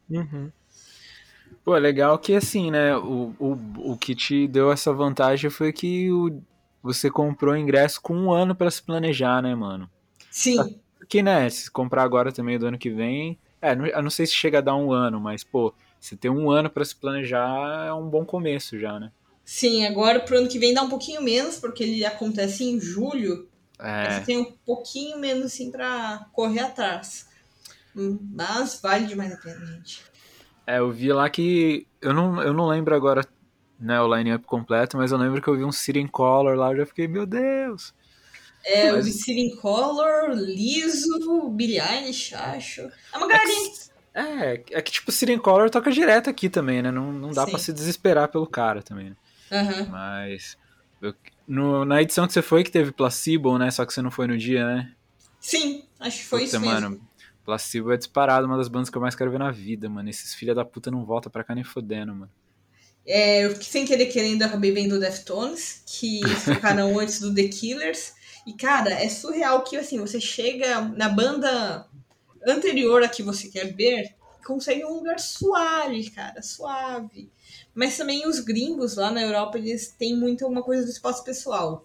S1: Pô, legal que assim, né? O que te deu essa vantagem foi que você comprou o ingresso com um ano pra se planejar, né, mano?
S8: Sim,
S1: Porque, né, se comprar agora também do ano que vem. Eu não sei se chega a dar um ano, mas, pô, você ter um ano pra se planejar é um bom começo já, né?
S8: sim. Agora pro ano que vem dá um pouquinho menos, porque ele acontece em julho. Aí você tem um pouquinho menos, assim, pra correr atrás. Mas vale demais a pena, gente.
S1: Eu vi lá que. Eu não lembro agora, né, o line-up completo, mas eu lembro que eu vi um City in Color lá, eu já fiquei, meu Deus!
S8: O City in Color, Liso, Billie Eilish, acho. É uma galerinha.
S1: É que tipo, City in Color toca direto aqui também, né? Não dá
S8: Sim.
S1: pra se desesperar pelo cara também, né?
S8: Aham.
S1: Mas. Na edição que você foi, que teve Placebo, né? Só que você não foi no dia, né?
S8: Sim, acho que foi
S1: Puta,
S8: isso mesmo.
S1: mano, Placebo é disparado, uma das bandas que eu mais quero ver na vida, mano. Esses filha da puta não voltam pra cá nem fodendo, mano.
S8: Eu sem querer querendo acabei vendo o Deftones, que tocaram antes do The Killers. E, cara, é surreal que, assim, você chega na banda anterior a que você quer ver, consegue um lugar suave, cara, suave. Mas também os gringos lá na Europa, eles têm muito uma coisa do espaço pessoal.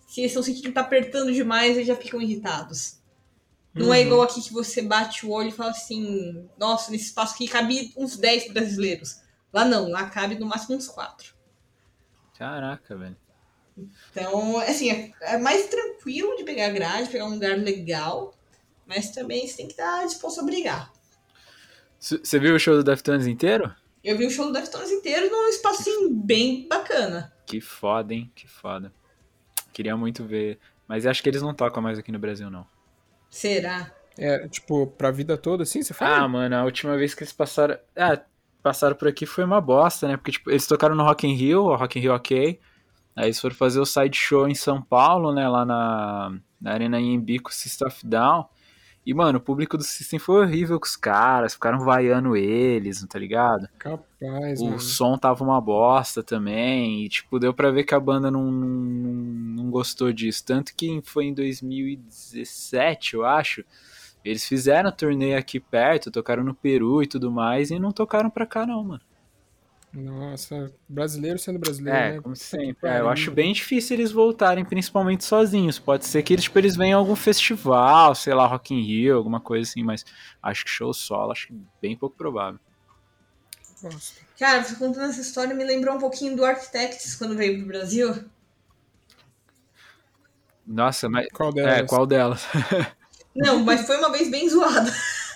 S8: se eles estão sentindo que tá apertando demais, eles já ficam irritados. Não é igual aqui que você bate o olho e fala assim, nossa, nesse espaço aqui cabe uns 10 brasileiros. Lá não, lá cabe no máximo uns 4.
S1: Caraca, velho.
S8: Então, assim, é mais tranquilo de pegar grade, pegar um lugar legal, mas também você tem que estar disposto a brigar.
S1: Você viu o show do Deftones inteiro?
S8: Eu vi o show do Deftones inteiro num espaço assim, bem bacana.
S1: Que foda, hein? Que foda. Queria muito ver. Mas acho que eles não tocam mais aqui no Brasil, não.
S8: Será?
S2: É, tipo, pra vida toda, assim, você fala?
S1: Ah, mano, a última vez que eles passaram... passaram por aqui foi uma bosta, né? Porque, tipo, eles tocaram no Rock in Rio, o Rock in Rio OK. Aí eles foram fazer o side show em São Paulo, né? Lá na Arena Anhembi com o System of a Down. E, mano, o público do System foi horrível com os caras. Ficaram vaiando eles, tá ligado?
S2: Capaz,
S1: O
S2: mano.
S1: som tava uma bosta também. E, tipo, deu pra ver que a banda não gostou disso. Tanto que foi em 2017, eu acho. Eles fizeram turnê aqui perto, tocaram no Peru e tudo mais. E não tocaram pra cá, não, mano.
S2: Nossa, brasileiro sendo brasileiro, né?
S1: Como
S2: Puta
S1: sempre.
S2: que pariu.
S1: Eu acho bem difícil eles voltarem, principalmente sozinhos. Pode ser que eles, tipo, eles venham a algum festival, sei lá, Rock in Rio, alguma coisa assim, mas acho que show solo, acho que bem pouco provável.
S2: Gosto.
S8: Cara, você contando essa história me lembrou um pouquinho do Architects quando veio pro Brasil.
S1: Nossa, mas...
S2: Qual delas?
S1: Qual delas?
S8: Não, mas foi uma vez bem zoada.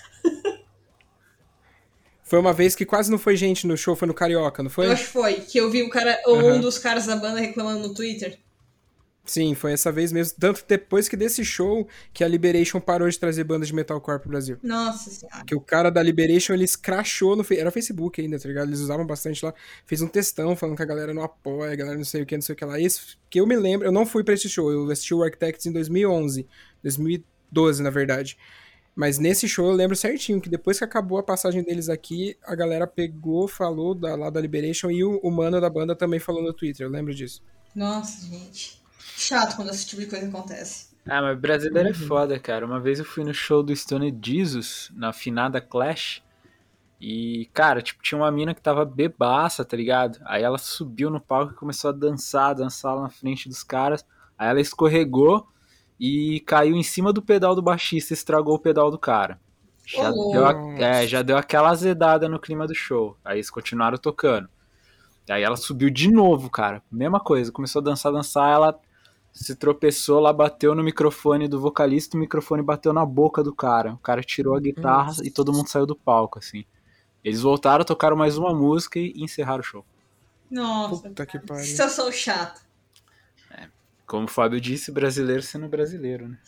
S2: Foi uma vez que quase não foi gente no show, foi no Carioca, não foi?
S8: Eu acho que foi, que eu vi o cara, um dos caras da banda reclamando no Twitter.
S2: Sim, foi essa vez mesmo. Tanto depois que desse show que a Liberation parou de trazer bandas de metalcore pro Brasil.
S8: Nossa senhora.
S2: Que o cara da Liberation, ele escrachou no... Era Facebook ainda, tá ligado? Eles usavam bastante lá. Fez um textão falando que a galera não apoia, a galera não sei o que, não sei o que lá. Isso que eu me lembro, eu não fui pra esse show. Eu assisti o Architects em 2011. 2012, na verdade. Mas nesse show eu lembro certinho que depois que acabou a passagem deles aqui, a galera pegou, falou lá da Liberation e o mano da banda também falou no Twitter. Eu lembro disso.
S8: Nossa, gente. Chato quando esse tipo de coisa acontece.
S1: Mas brasileiro é foda, cara. Uma vez eu fui no show do Stone Jesus, na finada Clash. E, cara, tipo, tinha uma mina que tava bebaça, tá ligado? Aí ela subiu no palco e começou a dançar lá na frente dos caras. Aí ela escorregou e caiu em cima do pedal do baixista e estragou o pedal do cara. Já deu aquela azedada no clima do show. Aí eles continuaram tocando. Aí ela subiu de novo, cara. Mesma coisa, começou a dançar, ela se tropeçou lá, bateu no microfone do vocalista, o microfone bateu na boca do cara. O cara tirou a guitarra e todo mundo saiu do palco, assim. Eles voltaram, tocaram mais uma música e encerraram o show.
S8: Nossa,
S2: Puta que pariu.
S8: situação chata.
S1: Como o Fábio disse, brasileiro sendo brasileiro, né?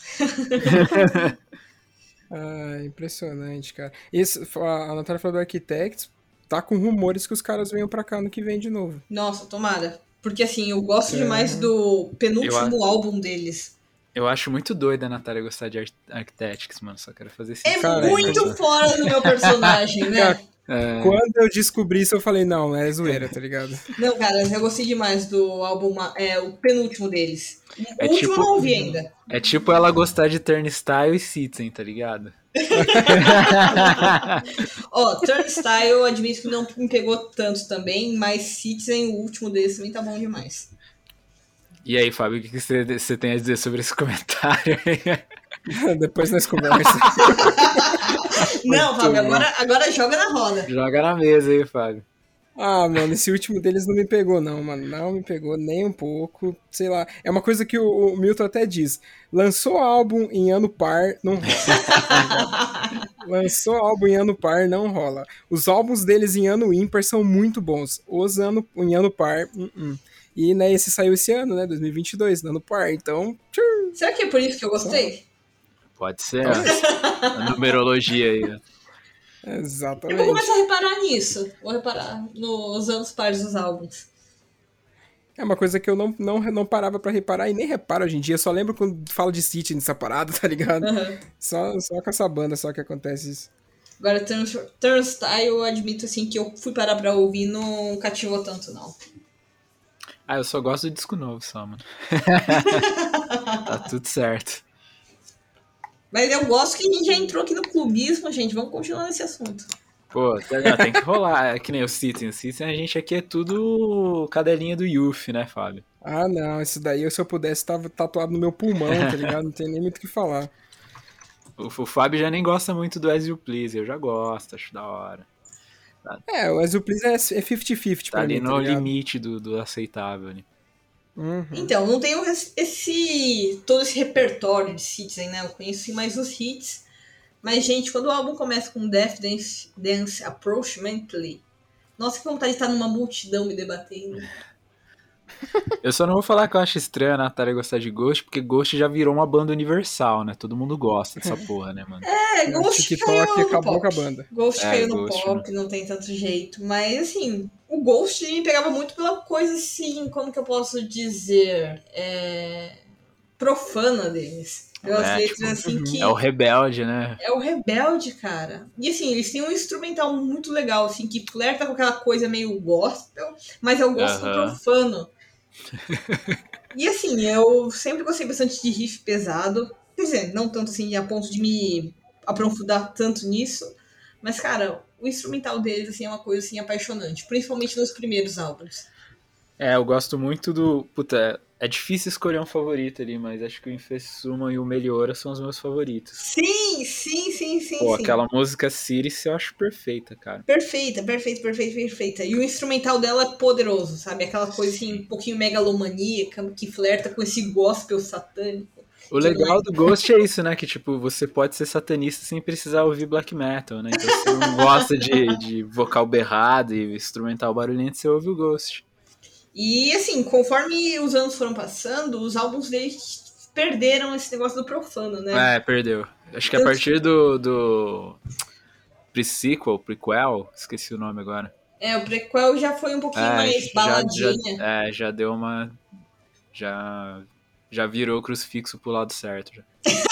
S2: Impressionante, cara. A Natália falou do Architects, tá com rumores que os caras venham pra cá no que vem de novo.
S8: Nossa, tomara. Porque assim, eu gosto demais do penúltimo álbum deles.
S1: Eu acho muito doido a Natália gostar de Architects, mano. Só quero fazer isso.
S8: É muito fora do meu personagem, né?
S2: Quando eu descobri isso, eu falei, não, é zoeira, tá ligado?
S8: Não, cara, eu gostei demais do álbum, o penúltimo deles. O último
S1: tipo,
S8: eu não ouvi ainda.
S1: É tipo ela gostar de Turnstile e Citizen, tá ligado?
S8: Turnstile eu admito que não me pegou tanto também, mas Citizen, o último deles, também tá bom demais.
S1: E aí, Fábio, o que você tem a dizer sobre esse comentário aí?
S2: Depois nós conversa.
S8: Não, Fábio, agora joga na roda.
S1: Joga na mesa aí, Fábio.
S2: Mano, esse último deles não me pegou, não, mano. Não me pegou nem um pouco. Sei lá. É uma coisa que o Milton até diz. Lançou álbum em ano par, não rola. Lançou álbum em ano par, não rola. Os álbuns deles em ano ímpar são muito bons. Em ano par, E, né, esse saiu esse ano, né, 2022, ano par, então...
S8: Será que é por isso que eu gostei?
S1: Pode ser, a numerologia aí, né?
S2: Exatamente.
S8: Eu vou começar a reparar nisso. Vou reparar nos anos pares dos álbuns.
S2: É uma coisa que eu não parava pra reparar e nem reparo hoje em dia. Eu só lembro quando falo de City nessa parada, tá ligado?
S8: Uhum.
S2: Só com essa banda só que acontece isso.
S8: Agora, Turnstile, eu admito assim que eu fui parar pra ouvir e não cativou tanto, não.
S1: Eu só gosto de disco novo só, mano. Tá tudo certo.
S8: Mas eu gosto que a gente já entrou aqui no clubismo, gente. Vamos continuar nesse assunto.
S1: Pô, tem que rolar. É que nem o Citizen. O Citizen, a gente aqui é tudo cadelinha do Youth, né, Fábio?
S2: Ah, não, esse daí, se eu pudesse, tava tatuado no meu pulmão, tá ligado? Não tem nem muito o que falar.
S1: O Fábio já nem gosta muito do As You Please, eu já gosto, acho da hora.
S2: O As You Please é 50-50
S1: Tá
S2: pra
S1: ali
S2: mim, tá
S1: no
S2: ligado?
S1: limite do aceitável ali.
S2: Uhum.
S8: Então, não tenho todo esse repertório de hits, né? Eu conheço sim mais os hits. Mas, gente, quando o álbum começa com Death Dance Approximately, nossa, que vontade de estar numa multidão me debatendo.
S1: Eu só não vou falar que eu acho estranho a Natália gostar de Ghost, porque Ghost já virou uma banda universal, né? Todo mundo gosta dessa porra, né, mano?
S8: Ghost
S2: TikTok
S8: caiu no
S2: acabou
S8: pop.
S2: com a banda.
S8: Ghost caiu no
S1: Ghost,
S8: pop, não tem tanto jeito. Mas, assim, o Ghost me pegava muito pela coisa, assim, como que eu posso dizer? Profana deles. Pelas letras, assim, que...
S1: É o rebelde, né?
S8: É o rebelde, cara. E assim, eles têm um instrumental muito legal, assim, que flerta com aquela coisa meio gospel, mas é o gospel profano. E assim, eu sempre gostei bastante de riff pesado. Quer dizer, não tanto assim a ponto de me aprofundar tanto nisso. Mas, cara, o instrumental deles, assim, é uma coisa, assim, apaixonante. Principalmente nos primeiros álbuns.
S1: Eu gosto muito do... Puta, é difícil escolher um favorito ali, mas acho que o Infesuma e o Meliora são os meus favoritos.
S8: Sim.
S1: Pô, aquela música Sirius eu acho perfeita, cara.
S8: Perfeita. E o instrumental dela é poderoso, sabe? Aquela coisa, assim, um pouquinho megalomaníaca, que flerta com esse gospel satânico.
S1: O legal do Ghost é isso, né? Que, tipo, você pode ser satanista sem precisar ouvir black metal, né? Então, se você não gosta de vocal berrado e instrumental barulhento, você ouve o Ghost.
S8: E, assim, conforme os anos foram passando, os álbuns deles perderam esse negócio do profano, né?
S1: Perdeu. Acho que a partir do prequel, esqueci o nome agora.
S8: O prequel já foi um pouquinho mais baladinha.
S1: Já deu uma... Já virou o crucifixo pro lado certo. Já.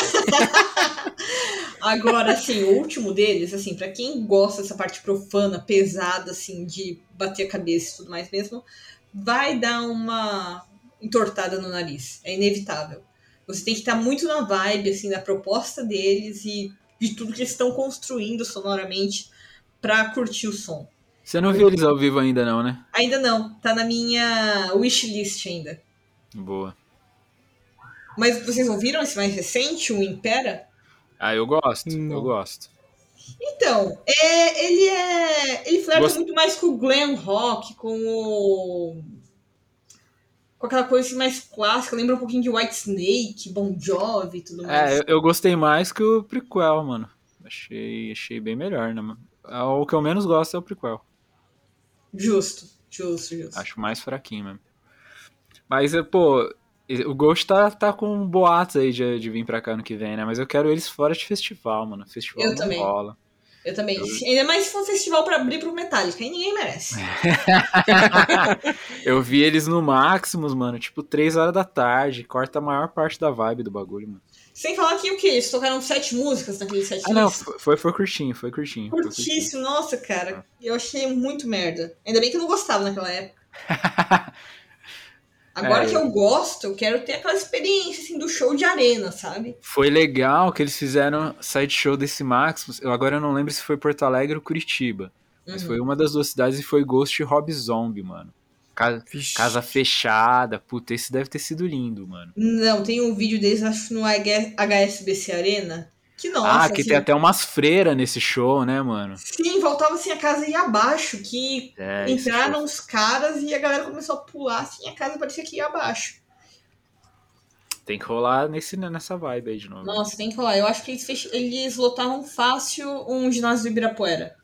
S8: Agora, assim, o último deles, assim, pra quem gosta dessa parte profana, pesada, assim, de bater a cabeça e tudo mais mesmo, vai dar uma entortada no nariz. É inevitável. Você tem que estar muito na vibe, assim, da proposta deles e de tudo que eles estão construindo sonoramente pra curtir o som.
S1: Você não viu eles ao vivo ainda não, né?
S8: Ainda não. Tá na minha wishlist ainda.
S1: Boa.
S8: Mas vocês ouviram esse mais recente, o Impera?
S1: Eu gosto.
S8: Então, ele flerta muito mais com o glam rock, com aquela coisa assim mais clássica, lembra um pouquinho de Whitesnake, Bon Jovi e tudo mais.
S1: Eu gostei mais que o prequel, mano. Achei bem melhor, né, mano? O que eu menos gosto é o prequel.
S8: Justo.
S1: Acho mais fraquinho mesmo. Mas, pô, o Ghost tá com boatos aí de vir pra cá ano que vem, né? Mas eu quero eles fora de festival, mano. Festival não rola.
S8: Eu também. Ainda mais se for um festival pra abrir pro Metallica, aí ninguém merece.
S1: Eu vi eles no Maximus, mano, tipo 3 horas da tarde. Corta a maior parte da vibe do bagulho, mano.
S8: Sem falar que o quê? Eles tocaram 7 músicas naquele 7
S1: não, foi curtinho.
S8: Curtíssimo, nossa, cara. Eu achei muito merda. Ainda bem que eu não gostava naquela época. Agora que eu gosto, eu quero ter aquela experiência assim, do show de arena, sabe?
S1: Foi legal que eles fizeram side show desse Maximus. Agora eu não lembro se foi Porto Alegre ou Curitiba. Mas foi uma das duas cidades e foi Ghost e Rob Zombie, mano. Casa fechada. Puta, esse deve ter sido lindo, mano.
S8: Não, tem um vídeo deles, acho, no HSBC Arena. Que nossa,
S1: que
S8: assim,
S1: tem até umas freiras nesse show, né, mano?
S8: Sim, voltava assim, a casa ia abaixo, que entraram os caras e a galera começou a pular, assim, a casa parecia que ia abaixo.
S1: Tem que rolar nessa vibe aí de novo.
S8: Nossa, tem que rolar. Eu acho que eles lotavam fácil um ginásio do Ibirapuera.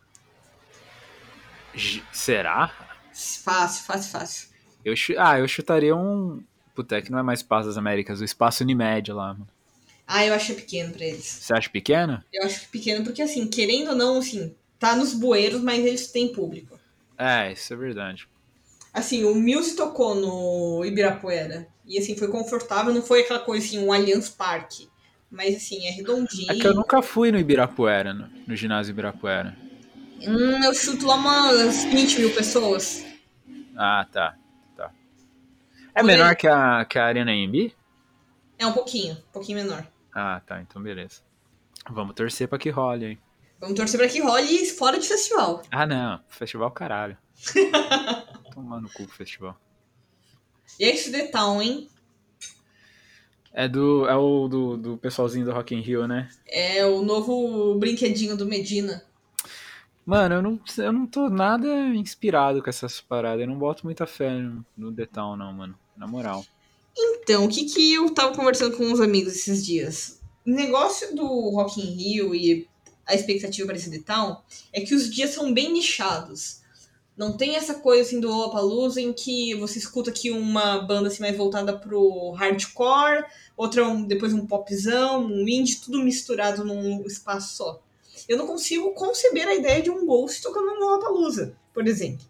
S1: Será?
S8: Fácil.
S1: Eu chutaria um... Puta, é que não é mais Espaço das Américas, o Espaço Unimed lá, mano.
S8: Eu acho pequeno pra eles.
S1: Você acha pequeno?
S8: Eu acho pequeno porque, assim, querendo ou não, assim, tá nos bueiros, mas eles têm público.
S1: Isso é verdade.
S8: Assim, o Muse tocou no Ibirapuera. E, assim, foi confortável, não foi aquela coisa, assim, um Allianz Parque. Mas, assim, é redondinho.
S1: É que eu nunca fui no Ibirapuera, no ginásio Ibirapuera.
S8: Eu chuto lá umas 20 mil pessoas.
S1: Tá. É menor que a Arena AMB?
S8: É um pouquinho menor.
S1: Tá, então beleza. Vamos torcer pra que role, hein?
S8: Vamos torcer pra que role fora de festival.
S1: Não, festival caralho. Tomar no cu pro festival.
S8: E é isso The Town, hein?
S1: É do pessoalzinho do Rock in Rio, né?
S8: É o novo brinquedinho do Medina.
S1: Mano, eu não tô nada inspirado com essas paradas. Eu não boto muita fé no The Town, não, mano. Na moral.
S8: Então, o que eu tava conversando com uns amigos esses dias? O negócio do Rock in Rio e a expectativa para esse The Town é que os dias são bem nichados. Não tem essa coisa assim do Lollapalooza em que você escuta aqui uma banda assim mais voltada pro hardcore, outra depois um popzão, um indie, tudo misturado num espaço só. Eu não consigo conceber a ideia de um Ghost tocando no Lollapalooza, por exemplo.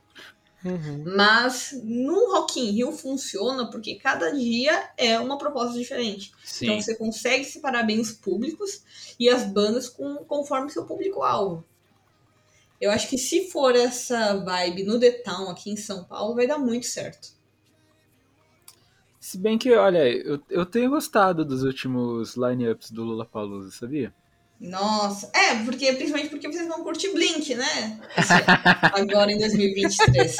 S8: Mas no Rock in Rio funciona porque cada dia é uma proposta diferente.
S1: Sim.
S8: Então você consegue separar bem os públicos e as bandas conforme seu público-alvo. Eu acho que se for essa vibe no The Town aqui em São Paulo, vai dar muito certo.
S1: Se bem que, olha, eu tenho gostado dos últimos line-ups do Lollapalooza, sabia?
S8: Nossa, principalmente porque vocês vão curtir Blink, né? Agora em 2023.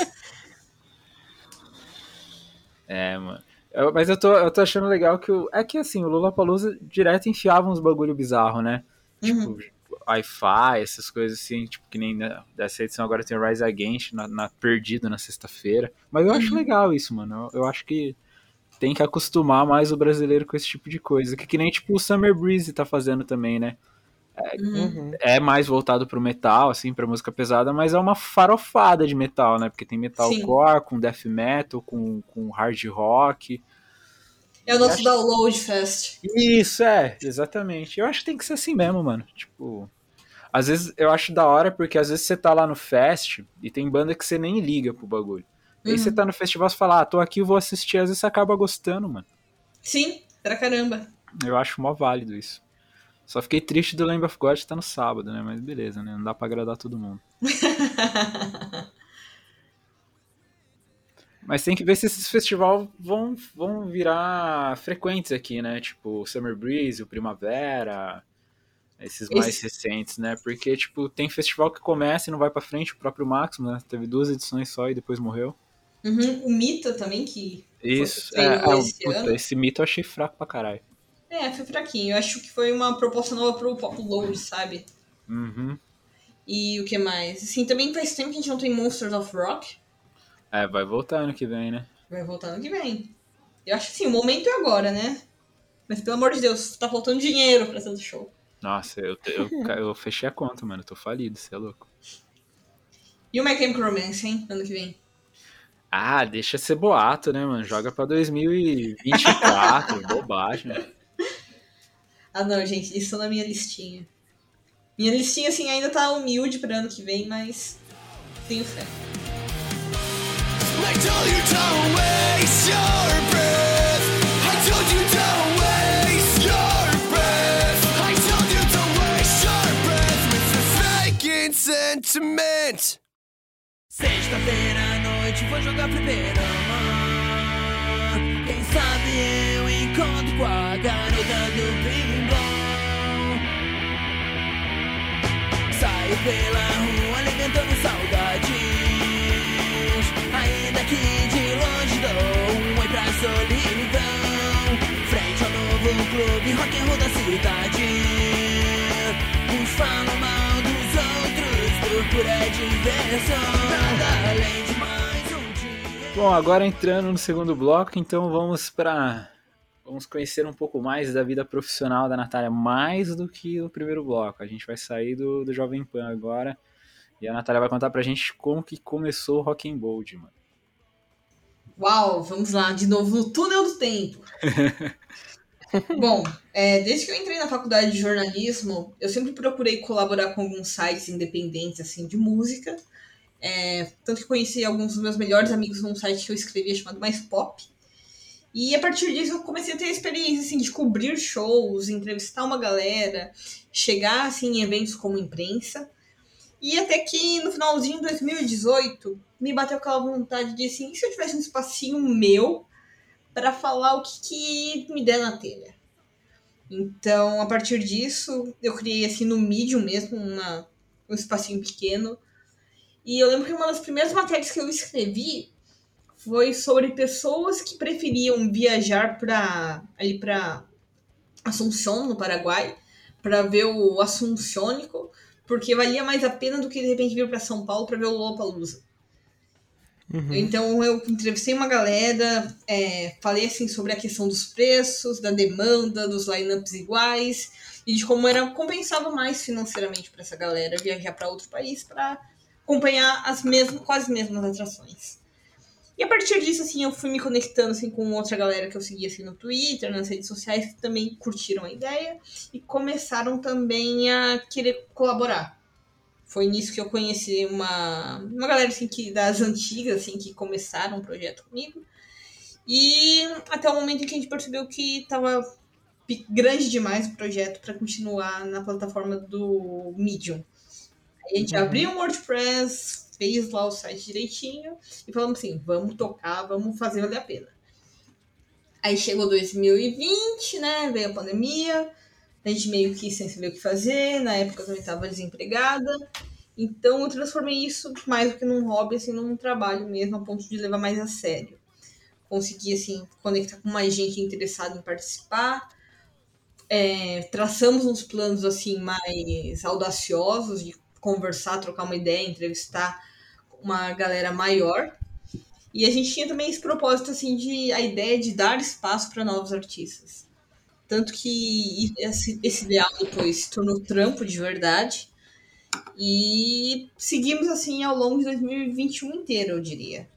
S1: Mano. Mas eu tô achando legal que é que assim, o Lollapalooza direto enfiava uns bagulho bizarro, né? Tipo, Wi-Fi, essas coisas assim, tipo, que nem dessa edição agora tem o Rise Against perdido na sexta-feira. Mas eu acho legal isso, mano. Eu acho que tem que acostumar mais o brasileiro com esse tipo de coisa. Que nem tipo o Summer Breeze tá fazendo também, né? É mais voltado pro metal, assim, pra música pesada, mas é uma farofada de metal, né? Porque tem metalcore, com death metal, com hard rock.
S8: É o nosso Download Fest.
S1: Isso, exatamente. Eu acho que tem que ser assim mesmo, mano. Tipo, às vezes eu acho da hora, porque às vezes você tá lá no fest e tem banda que você nem liga pro bagulho. Aí você tá no festival e fala, tô aqui, vou assistir, às vezes você acaba gostando, mano.
S8: Sim, pra caramba.
S1: Eu acho mó válido isso. Só fiquei triste do Lamb of God estar no sábado, né? Mas beleza, né? Não dá pra agradar todo mundo. Mas tem que ver se esses festivais vão virar frequentes aqui, né? Tipo, o Summer Breeze, o Primavera, esses mais recentes, né? Porque, tipo, tem festival que começa e não vai pra frente, o próprio Máximo, né? Teve 2 edições só e depois morreu.
S8: O Mita também, que
S1: isso, esse Mita eu achei fraco pra caralho.
S8: Foi fraquinho. Eu acho que foi uma proposta nova pro Pop Load, sabe? E o que mais? Assim, também faz tempo que a gente não tem Monsters of Rock.
S1: Vai voltar ano que vem, né?
S8: Vai voltar ano que vem. Eu acho que sim, o momento é agora, né? Mas pelo amor de Deus, tá faltando dinheiro pra tanto show.
S1: Nossa, eu fechei a conta, mano. Eu tô falido, você é louco.
S8: E o My Chemical Romance, hein? Ano que vem.
S1: Deixa ser boato, né, mano? Joga pra 2024, bobagem.
S8: Não, gente, isso na minha listinha. Minha listinha, assim, ainda tá humilde pra ano que vem, mas tenho fé. I told you don't waste your breath. I told you don't waste your breath. I told you don't waste your breath with the fake sentiment.
S9: Sexta-feira à noite vou jogar fliperama. Quem sabe eu encontro com a garota do Bing-Bong. Saio pela rua alimentando saudades. Ainda que de longe dou um oi pra solidão. Frente ao novo clube rock and roll da cidade. Uns falam mal dos outros por pura diversão. Nada além de mais um dia.
S1: Bom, agora entrando no segundo bloco, então vamos conhecer um pouco mais da vida profissional da Natália, mais do que o primeiro bloco. A gente vai sair do Jovem Pan agora. E a Natália vai contar pra gente como que começou o Rock and Bold, mano.
S8: Uau, vamos lá, de novo no túnel do tempo. Bom, desde que eu entrei na faculdade de jornalismo, eu sempre procurei colaborar com alguns sites independentes, assim, de música. Tanto que conheci alguns dos meus melhores amigos num site que eu escrevia chamado Mais Pop. E a partir disso eu comecei a ter a experiência, assim, de cobrir shows, entrevistar uma galera, chegar, assim, em eventos como imprensa. E até que no finalzinho de 2018 me bateu aquela vontade de assim, e se eu tivesse um espacinho meu para falar o que me der na telha? Então, a partir disso, eu criei assim no Medium mesmo, um espacinho pequeno. E eu lembro que uma das primeiras matérias que eu escrevi foi sobre pessoas que preferiam viajar para Assunção, no Paraguai, para ver o Assunciónico, porque valia mais a pena do que de repente vir para São Paulo para ver o Lollapalooza. Então eu entrevistei uma galera, falei assim sobre a questão dos preços, da demanda, dos lineups iguais e de como compensava mais financeiramente para essa galera viajar para outro país para acompanhar quase as mesmas atrações. E a partir disso, assim, eu fui me conectando assim, com outra galera que eu seguia assim, no Twitter, nas redes sociais, que também curtiram a ideia e começaram também a querer colaborar. Foi nisso que eu conheci uma galera assim, das antigas assim, que começaram o projeto comigo. E até o momento em que a gente percebeu que estava grande demais o projeto para continuar na plataforma do Medium. Aí a gente abriu um WordPress, fez lá o site direitinho e falamos assim, vamos tocar, vamos fazer valer a pena. Aí chegou 2020, né, veio a pandemia, a gente meio que sem saber o que fazer, na época eu também estava desempregada, então eu transformei isso mais do que num hobby, assim, num trabalho mesmo, a ponto de levar mais a sério. Consegui, assim, conectar com mais gente interessada em participar, traçamos uns planos, assim, mais audaciosos de conversar, trocar uma ideia, entrevistar uma galera maior. E a gente tinha também esse propósito, assim, a ideia de dar espaço para novos artistas. Tanto que esse ideal depois se tornou trampo de verdade. E seguimos, assim, ao longo de 2021 inteiro, eu diria.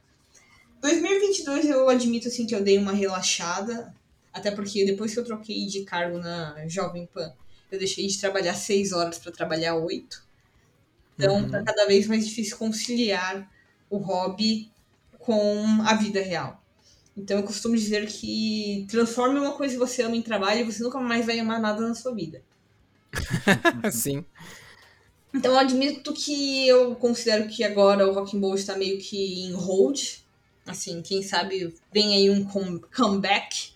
S8: 2022 eu admito, assim, que eu dei uma relaxada. Até porque depois que eu troquei de cargo na Jovem Pan, eu deixei de trabalhar 6 horas para trabalhar 8. Então, tá cada vez mais difícil conciliar o hobby com a vida real. Então, eu costumo dizer que transforme uma coisa que você ama em trabalho e você nunca mais vai amar nada na sua vida.
S2: Sim.
S8: Então, eu admito que eu considero que agora o Rock and Roll está meio que em hold. Assim, quem sabe vem aí um comeback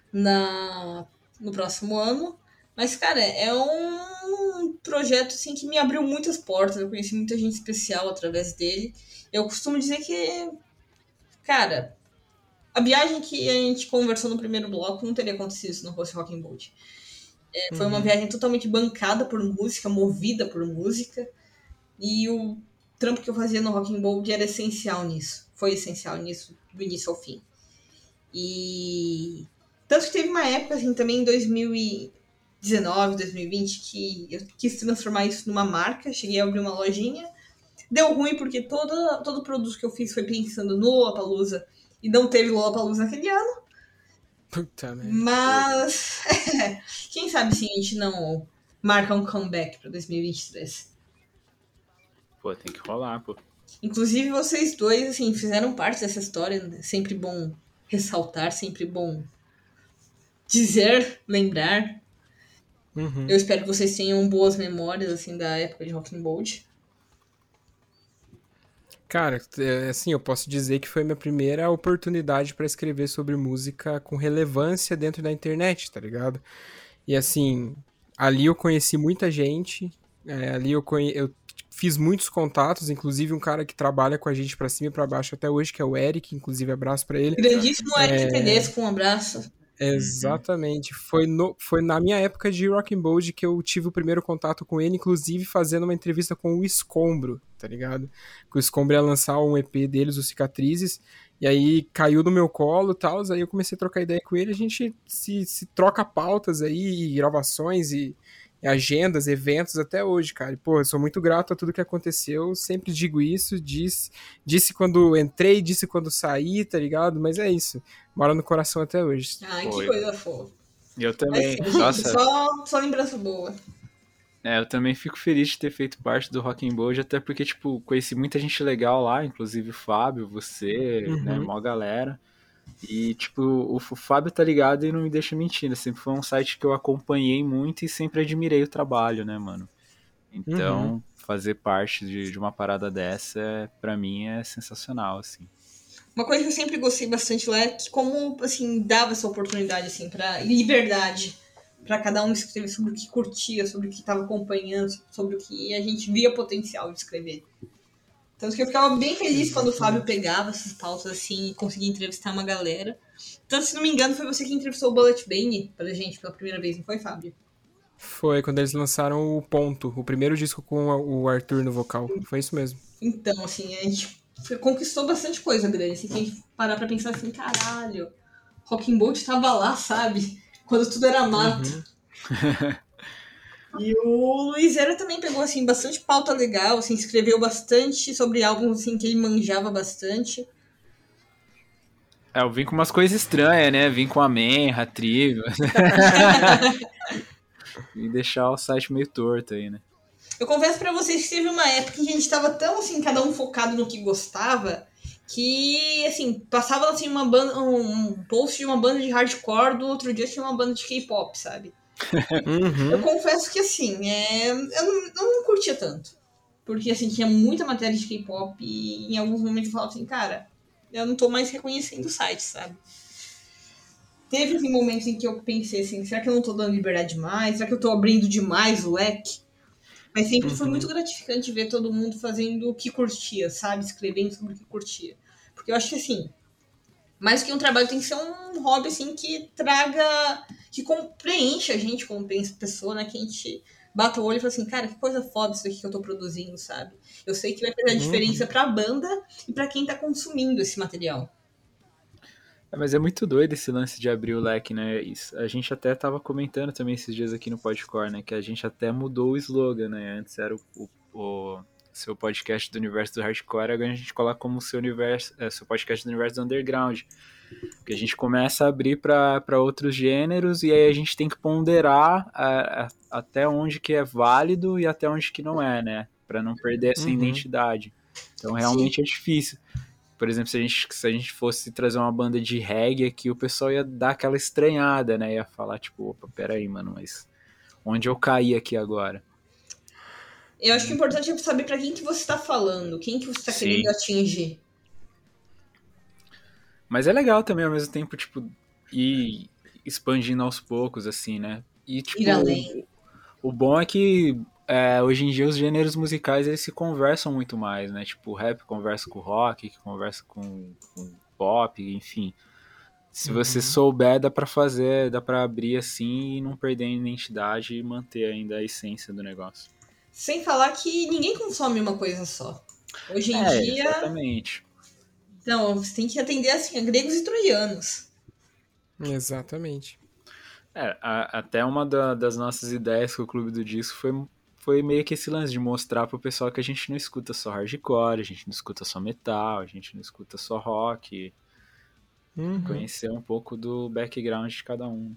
S8: no próximo ano. Mas, cara, é um projeto assim, que me abriu muitas portas. Eu conheci muita gente especial através dele. Eu costumo dizer que, cara, a viagem que a gente conversou no primeiro bloco não teria acontecido se não fosse Rock and Roll. Foi uma viagem totalmente bancada por música, movida por música. E o trampo que eu fazia no Rock and Roll era essencial nisso. Foi essencial nisso, do início ao fim. E tanto que teve uma época, assim, também em 2019, 2020, que eu quis transformar isso numa marca. Cheguei a abrir uma lojinha. Deu ruim porque todo o produto que eu fiz foi pensando no Lollapalooza. E não teve Lollapalooza naquele ano.
S2: Puta merda.
S8: Mas quem sabe se a gente não marca um comeback para 2023.
S10: Pô, tem que rolar, pô.
S8: Inclusive vocês dois, assim, fizeram parte dessa história. Né? Sempre bom ressaltar, sempre bom dizer, lembrar. Eu espero que vocês tenham boas memórias, assim, da época de Rock and Roll.
S2: Cara, assim, eu posso dizer que foi minha primeira oportunidade pra escrever sobre música com relevância dentro da internet, tá ligado? E assim, ali eu conheci muita gente, ali eu fiz muitos contatos, inclusive um cara que trabalha com a gente pra cima e pra baixo até hoje, que é o Eric, inclusive abraço pra ele.
S8: Grandíssimo Eric Tedesco, um abraço.
S2: Exatamente, foi na minha época de Rock and Roll que eu tive o primeiro contato com ele, inclusive fazendo uma entrevista com o Escombro, tá ligado? Que o Escombro ia lançar um EP deles, o Cicatrizes, e aí caiu no meu colo e tal, aí eu comecei a trocar ideia com ele, a gente se troca pautas aí, e gravações e agendas, eventos até hoje, cara. E, pô, eu sou muito grato a tudo que aconteceu, sempre digo isso, disse quando entrei, disse quando saí, tá ligado? Mas é isso, mora no coração até hoje.
S8: Ai, que coisa fofa.
S10: Eu também,
S8: Mas,
S10: nossa.
S8: Só lembrança boa.
S10: Eu também fico feliz de ter feito parte do Rock and Roll, até porque, tipo, conheci muita gente legal lá, inclusive o Fábio, você, né, mó galera. E, tipo, o Fábio tá ligado e não me deixa mentindo. Sempre foi um site que eu acompanhei muito e sempre admirei o trabalho, né, mano? Então, fazer parte de uma parada dessa, pra mim, é sensacional, assim.
S8: Uma coisa que eu sempre gostei bastante lá é que como, assim, dava essa oportunidade, assim, pra liberdade pra cada um escrever sobre o que curtia, sobre o que tava acompanhando, sobre o que a gente via potencial de escrever. Tanto que eu ficava bem feliz quando o Fábio pegava essas pautas assim e conseguia entrevistar uma galera. Tanto, se não me engano, foi você que entrevistou o Bullet Bane pra gente pela primeira vez, não foi, Fábio?
S2: Foi quando eles lançaram o Ponto, o primeiro disco com o Arthur no vocal. Foi isso mesmo.
S8: Então, assim, a gente conquistou bastante coisa grande. Assim, tem que parar pra pensar assim, caralho, Rocking Bolt tava lá, sabe? Quando tudo era mato. E o Luizera também pegou, assim, bastante pauta legal, assim, escreveu bastante sobre álbuns, assim, que ele manjava bastante.
S10: Eu vim com umas coisas estranhas, né? Vim com a Menra, Trivial. E deixar o site meio torto aí, né?
S8: Eu confesso pra vocês que teve uma época em que a gente tava tão, assim, cada um focado no que gostava, que, assim, passava, assim, uma banda, um post de uma banda de hardcore, do outro dia tinha uma banda de K-pop, sabe? Eu confesso que, assim, eu não curtia tanto. Porque, assim, tinha muita matéria de K-pop e em alguns momentos eu falava assim, cara, eu não tô mais reconhecendo o site, sabe? Teve assim, momentos em que eu pensei assim, será que eu não tô dando liberdade demais? Será que eu tô abrindo demais o leque? Mas sempre foi muito gratificante ver todo mundo fazendo o que curtia, sabe? Escrevendo sobre o que curtia. Porque eu acho que, assim, mais que um trabalho, tem que ser um hobby, assim, que traga... que preenche a gente como pessoa, né? Que a gente bata o olho e fala assim, cara, que coisa foda isso aqui que eu tô produzindo, sabe? Eu sei que vai fazer a diferença pra banda e pra quem tá consumindo esse material.
S10: Mas é muito doido esse lance de abrir o leque, né? Isso, a gente até tava comentando também esses dias aqui no Podcore, né? Que a gente até mudou o slogan, né? Antes era o seu podcast do universo do hardcore, agora a gente coloca como seu podcast do universo do underground. Porque a gente começa a abrir para outros gêneros e aí a gente tem que ponderar até onde que é válido e até onde que não é, né? Para não perder essa identidade. Então realmente é difícil. Por exemplo, se a gente fosse trazer uma banda de reggae aqui, o pessoal ia dar aquela estranhada, né? Ia falar, tipo, opa, peraí, mano, mas onde eu caí aqui agora?
S8: Eu acho que o importante é saber pra quem que você tá falando, quem que você tá querendo atingir.
S10: Mas é legal também, ao mesmo tempo, tipo, ir expandindo aos poucos, assim, né? E, tipo,
S8: ir além.
S10: O bom é que hoje em dia os gêneros musicais eles se conversam muito mais, né? Tipo, o rap conversa com o rock, que conversa com pop, enfim. Se você souber, dá pra abrir assim e não perder a identidade e manter ainda a essência do negócio.
S8: Sem falar que ninguém consome uma coisa só. Hoje em dia...
S10: Exatamente.
S8: Não, você tem que atender assim, a gregos e troianos.
S2: Exatamente.
S10: Até uma das nossas ideias com o Clube do Disco foi meio que esse lance de mostrar pro pessoal que a gente não escuta só hardcore, a gente não escuta só metal, a gente não escuta só rock. Conhecer um pouco do background de cada um.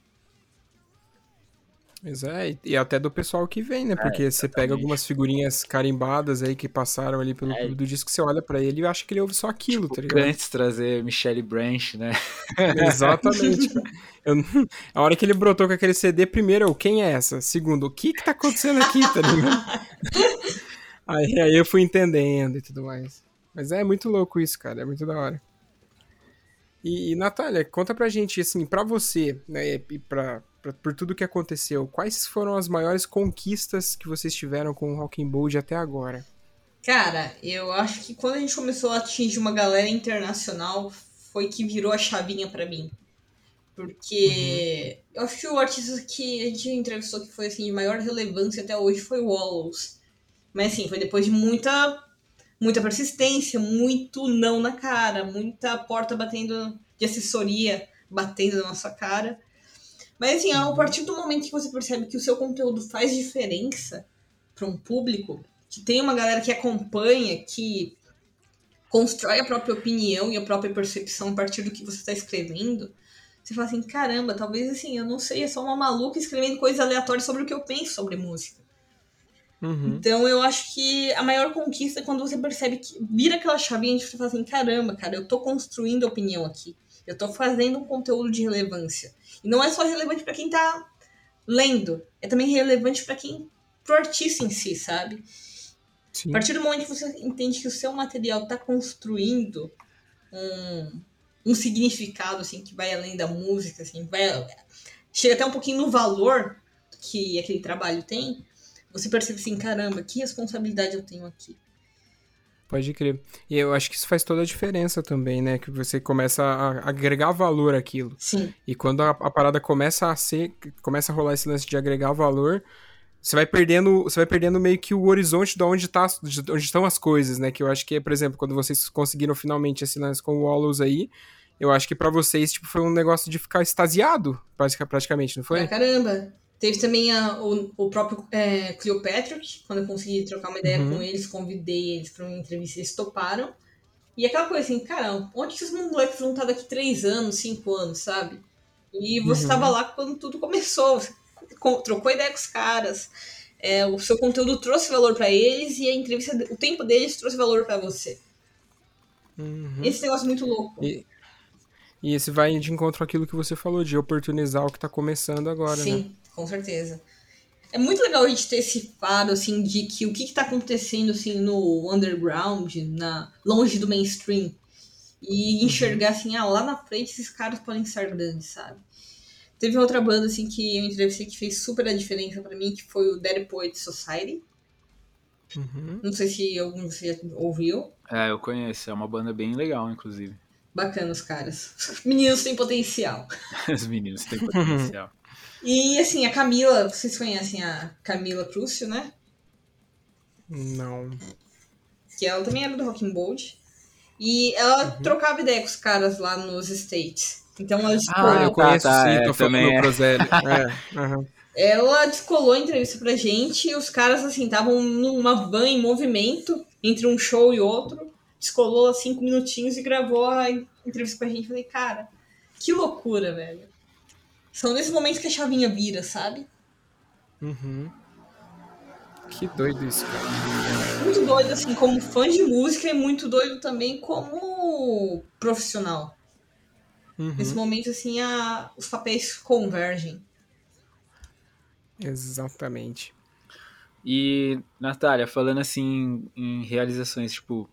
S2: Exato, e até do pessoal que vem, né? Porque você pega algumas figurinhas carimbadas aí que passaram ali pelo Clube do Disco, você olha pra ele e acha que ele ouve só aquilo,
S10: tipo,
S2: tá ligado?
S10: Antes trazer Michelle Branch, né?
S2: Exatamente. A hora que ele brotou com aquele CD, primeiro, quem é essa? Segundo, o que tá acontecendo aqui, tá ligado? aí eu fui entendendo e tudo mais. Mas é muito louco isso, cara, é muito da hora. E Natália, conta pra gente, assim, pra você, né, e por tudo que aconteceu, quais foram as maiores conquistas que vocês tiveram com o Rocking Bold até agora?
S8: Cara, eu acho que quando a gente começou a atingir uma galera internacional, foi que virou a chavinha pra mim. Porque eu acho que o artista que a gente entrevistou que foi, assim, de maior relevância até hoje foi o Wallows. Mas, assim, foi depois de muita persistência, muito não na cara, muita porta batendo de assessoria, batendo na nossa cara. Mas, assim, a partir do momento que você percebe que o seu conteúdo faz diferença para um público, que tem uma galera que acompanha, que constrói a própria opinião e a própria percepção a partir do que você está escrevendo, você fala assim, caramba, talvez, assim, eu não sei, é só uma maluca escrevendo coisas aleatórias sobre o que eu penso sobre música. Então eu acho que a maior conquista é quando você percebe que vira aquela chavinha de você fala assim, caramba, cara, eu tô construindo opinião aqui. Eu tô fazendo um conteúdo de relevância. E não é só relevante pra quem tá lendo, é também relevante pro artista em si, sabe? Sim. A partir do momento que você entende que o seu material tá construindo um significado, assim, que vai além da música, assim, chega até um pouquinho no valor que aquele trabalho tem, você percebe assim, caramba, que responsabilidade eu tenho aqui.
S2: Pode crer. E eu acho que isso faz toda a diferença também, né? Que você começa a agregar valor àquilo.
S8: Sim.
S2: E quando a parada começa a rolar esse lance de agregar valor, você vai perdendo meio que o horizonte de onde estão as coisas, né? Que eu acho que, por exemplo, quando vocês conseguiram finalmente esse lance com o Wallows aí, eu acho que pra vocês, tipo, foi um negócio de ficar extasiado, praticamente, não foi?
S8: Pra caramba. Teve também o próprio Cleo Patrick, quando eu consegui trocar uma ideia com eles, convidei eles pra uma entrevista, eles toparam. E aquela coisa assim, cara, onde que esses moleques vão estar daqui 3 anos, 5 anos, sabe? E você tava lá quando tudo começou, você trocou ideia com os caras, o seu conteúdo trouxe valor pra eles e a entrevista, o tempo deles trouxe valor pra você. Esse negócio é muito louco.
S2: E esse vai de encontro àquilo que você falou, de oportunizar o que tá começando agora,
S8: Sim,
S2: né?
S8: com certeza. É muito legal a gente ter esse faro, assim, de que o que tá acontecendo, assim, no underground, longe do mainstream. E enxergar, assim, lá na frente esses caras podem estar grandes, sabe? Teve outra banda, assim, que eu entrevistei que fez super a diferença pra mim, que foi o Dead Poets Society. Não sei se algum de vocês já ouviu.
S10: Eu conheço. É uma banda bem legal, inclusive.
S8: Bacana os caras. Os meninos têm potencial.
S10: Os meninos têm potencial.
S8: E, assim, a Camila, vocês conhecem a Camila Crucio, né?
S2: Não.
S8: Que ela também era do Rock and Bold. E ela trocava ideia com os caras lá nos States. Então ela descolou.
S2: Eu conheço sim, tô falando
S10: também
S2: pro Zé.
S8: Ela descolou a entrevista pra gente e os caras, assim, estavam numa van em movimento entre um show e outro. Descolou 5 minutinhos e gravou a entrevista com a gente. Falei, cara, que loucura, velho. São nesses momentos que a chavinha vira, sabe?
S2: Que doido isso, cara.
S8: Muito doido, assim, como fã de música e muito doido também como profissional. Nesse momento, assim, os papéis convergem.
S2: Exatamente.
S10: E, Natália, falando assim em realizações, tipo,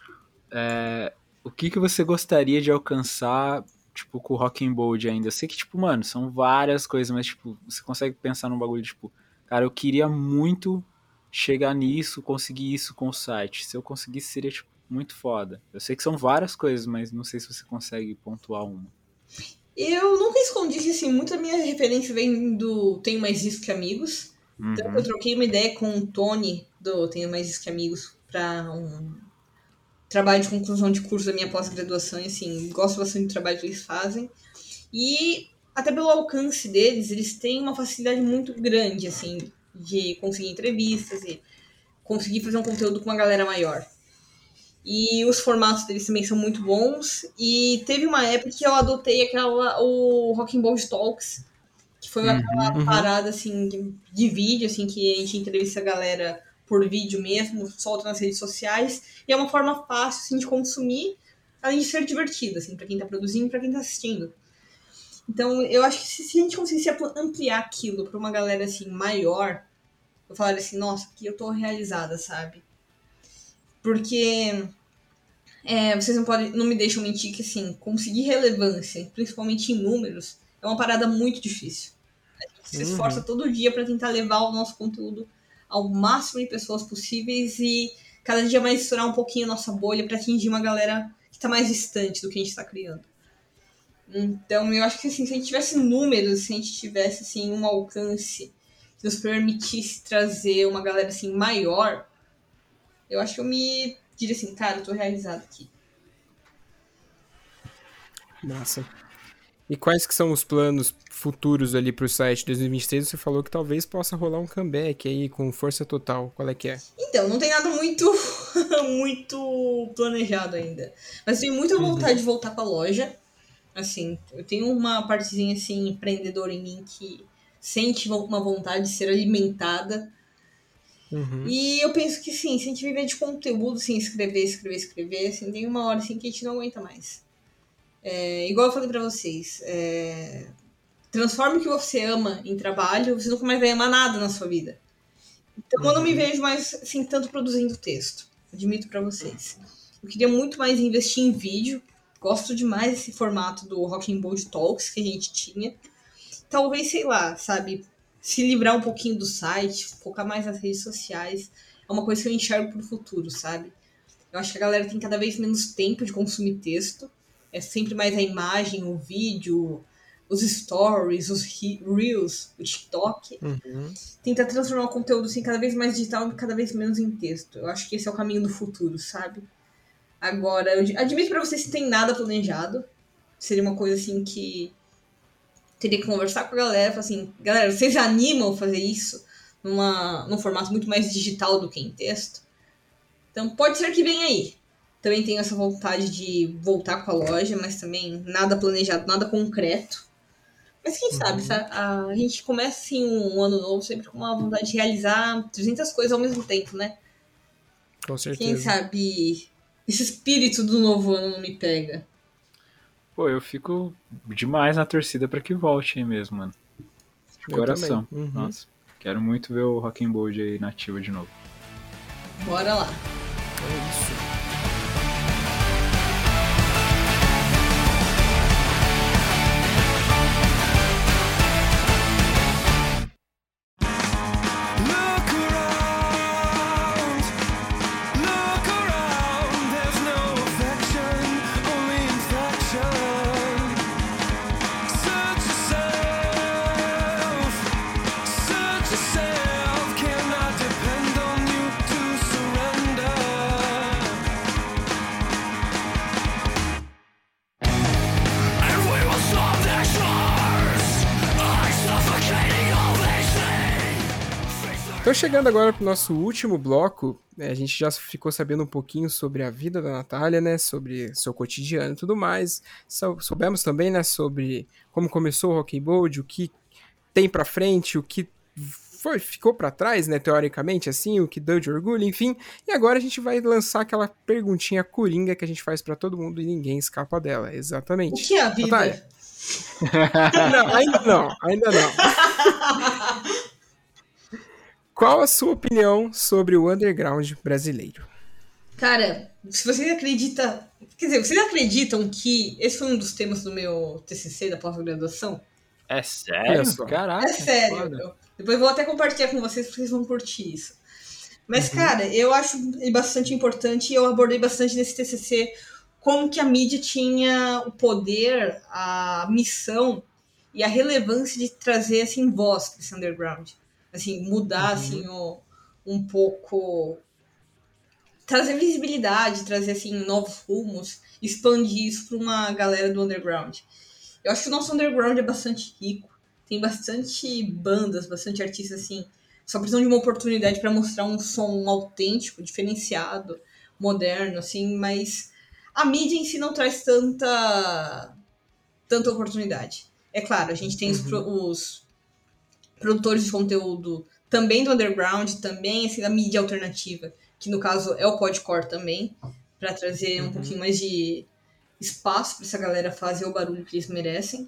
S10: o que você gostaria de alcançar, tipo, com o Rock and Bold ainda? Eu sei que, tipo, mano, são várias coisas, mas, tipo, você consegue pensar num bagulho, tipo, cara, eu queria muito chegar nisso, conseguir isso com o site. Se eu conseguisse, seria, tipo, muito foda. Eu sei que são várias coisas, mas não sei se você consegue pontuar uma.
S8: Eu nunca escondi que, assim, muita minha referência vem do Tenho Mais Isso Que Amigos. Então, eu troquei uma ideia com o Tony do Tenho Mais Isso Que Amigos pra um trabalho de conclusão de curso da minha pós-graduação. E, assim, gosto bastante do trabalho que eles fazem. E, até pelo alcance deles, eles têm uma facilidade muito grande, assim, de conseguir entrevistas e conseguir fazer um conteúdo com uma galera maior. E os formatos deles também são muito bons. E teve uma época que eu adotei o Rock and Bold Talks, que foi aquela parada, assim, de vídeo, assim, que a gente entrevista a galera por vídeo mesmo, solta nas redes sociais. E é uma forma fácil, assim, de consumir, além de ser divertida, assim, pra quem tá produzindo e pra quem tá assistindo. Então, eu acho que se a gente conseguisse ampliar aquilo pra uma galera, assim, maior, eu falaria assim, nossa, aqui eu tô realizada, sabe? Porque vocês não me deixam mentir que, assim, conseguir relevância, principalmente em números, é uma parada muito difícil. A gente se esforça todo dia pra tentar levar o nosso conteúdo ao máximo de pessoas possíveis e cada dia mais estourar um pouquinho a nossa bolha pra atingir uma galera que tá mais distante do que a gente tá criando. Então, eu acho que, assim, se a gente tivesse números, se a gente tivesse, assim, um alcance que nos permitisse trazer uma galera, assim, maior, eu acho que eu me diria assim, cara, eu tô realizado aqui.
S2: Massa. E quais que são os planos futuros ali pro site 2023? Você falou que talvez possa rolar um comeback aí com força total. Qual é que é?
S8: Então, não tem nada muito muito planejado ainda. Mas tenho muita vontade de voltar pra loja. Assim, eu tenho uma partezinha assim, empreendedora em mim que sente uma vontade de ser alimentada. E eu penso que sim, se a gente viver de conteúdo, assim, escrever, assim, tem uma hora assim que a gente não aguenta mais. Igual eu falei pra vocês, transforme o que você ama em trabalho, você nunca mais vai amar nada na sua vida. Então eu não me vejo mais assim, tanto produzindo texto, admito pra vocês. Eu queria muito mais investir em vídeo, gosto demais desse formato do Rock and Bold Talks que a gente tinha. Talvez, sei lá, sabe, se livrar um pouquinho do site, focar mais nas redes sociais, é uma coisa que eu enxergo pro futuro, sabe? Eu acho que a galera tem cada vez menos tempo de consumir texto. É sempre mais a imagem, o vídeo, os stories, os reels, o TikTok. Tenta transformar o conteúdo assim, cada vez mais digital e cada vez menos em texto. Eu acho que esse é o caminho do futuro, sabe? Agora, eu admito pra vocês que tem nada planejado. Seria uma coisa assim que teria que conversar com a galera. Falar assim, galera, vocês animam a fazer isso num formato muito mais digital do que em texto? Então pode ser que venha aí. Também tenho essa vontade de voltar com a loja, mas também nada planejado, nada concreto. Mas quem sabe, a gente começa assim um ano novo sempre com uma vontade de realizar 300 coisas ao mesmo tempo, né?
S6: Com certeza.
S8: Quem sabe esse espírito do novo ano não me pega.
S10: Pô, eu fico demais na torcida pra que volte aí mesmo, mano. De coração. Nossa, quero muito ver o Rock and Bold aí nativo de novo.
S8: Bora lá.
S6: É isso.
S2: Então, chegando agora pro nosso último bloco, a gente já ficou sabendo um pouquinho sobre a vida da Natália, né, sobre seu cotidiano e tudo mais. Soubemos também, né, sobre como começou o Rock and Bold, o que tem pra frente, o que ficou pra trás, né, teoricamente, assim, o que deu de orgulho, enfim. E agora a gente vai lançar aquela perguntinha coringa que a gente faz pra todo mundo e ninguém escapa dela, exatamente.
S8: O que é a vida?
S2: Natália? Ainda não. Qual a sua opinião sobre o underground brasileiro?
S8: Cara, se vocês acreditam... Quer dizer, vocês acreditam que esse foi um dos temas do meu TCC da pós-graduação?
S10: É sério? Caraca.
S8: É sério. Depois eu vou até compartilhar com vocês, porque vocês vão curtir isso. Mas, cara, eu acho bastante importante e eu abordei bastante nesse TCC como que a mídia tinha o poder, a missão e a relevância de trazer, assim, voz para esse underground. Assim, mudar, assim, um pouco... Trazer visibilidade, trazer, assim, novos rumos, expandir isso para uma galera do underground. Eu acho que o nosso underground é bastante rico, tem bastante bandas, bastante artistas, assim, só precisam de uma oportunidade para mostrar um som autêntico, diferenciado, moderno, assim, mas a mídia em si não traz tanta oportunidade. É claro, a gente tem os produtores de conteúdo também do underground, também assim, da mídia alternativa, que no caso é o podcore também, para trazer um pouquinho mais de espaço para essa galera fazer o barulho que eles merecem.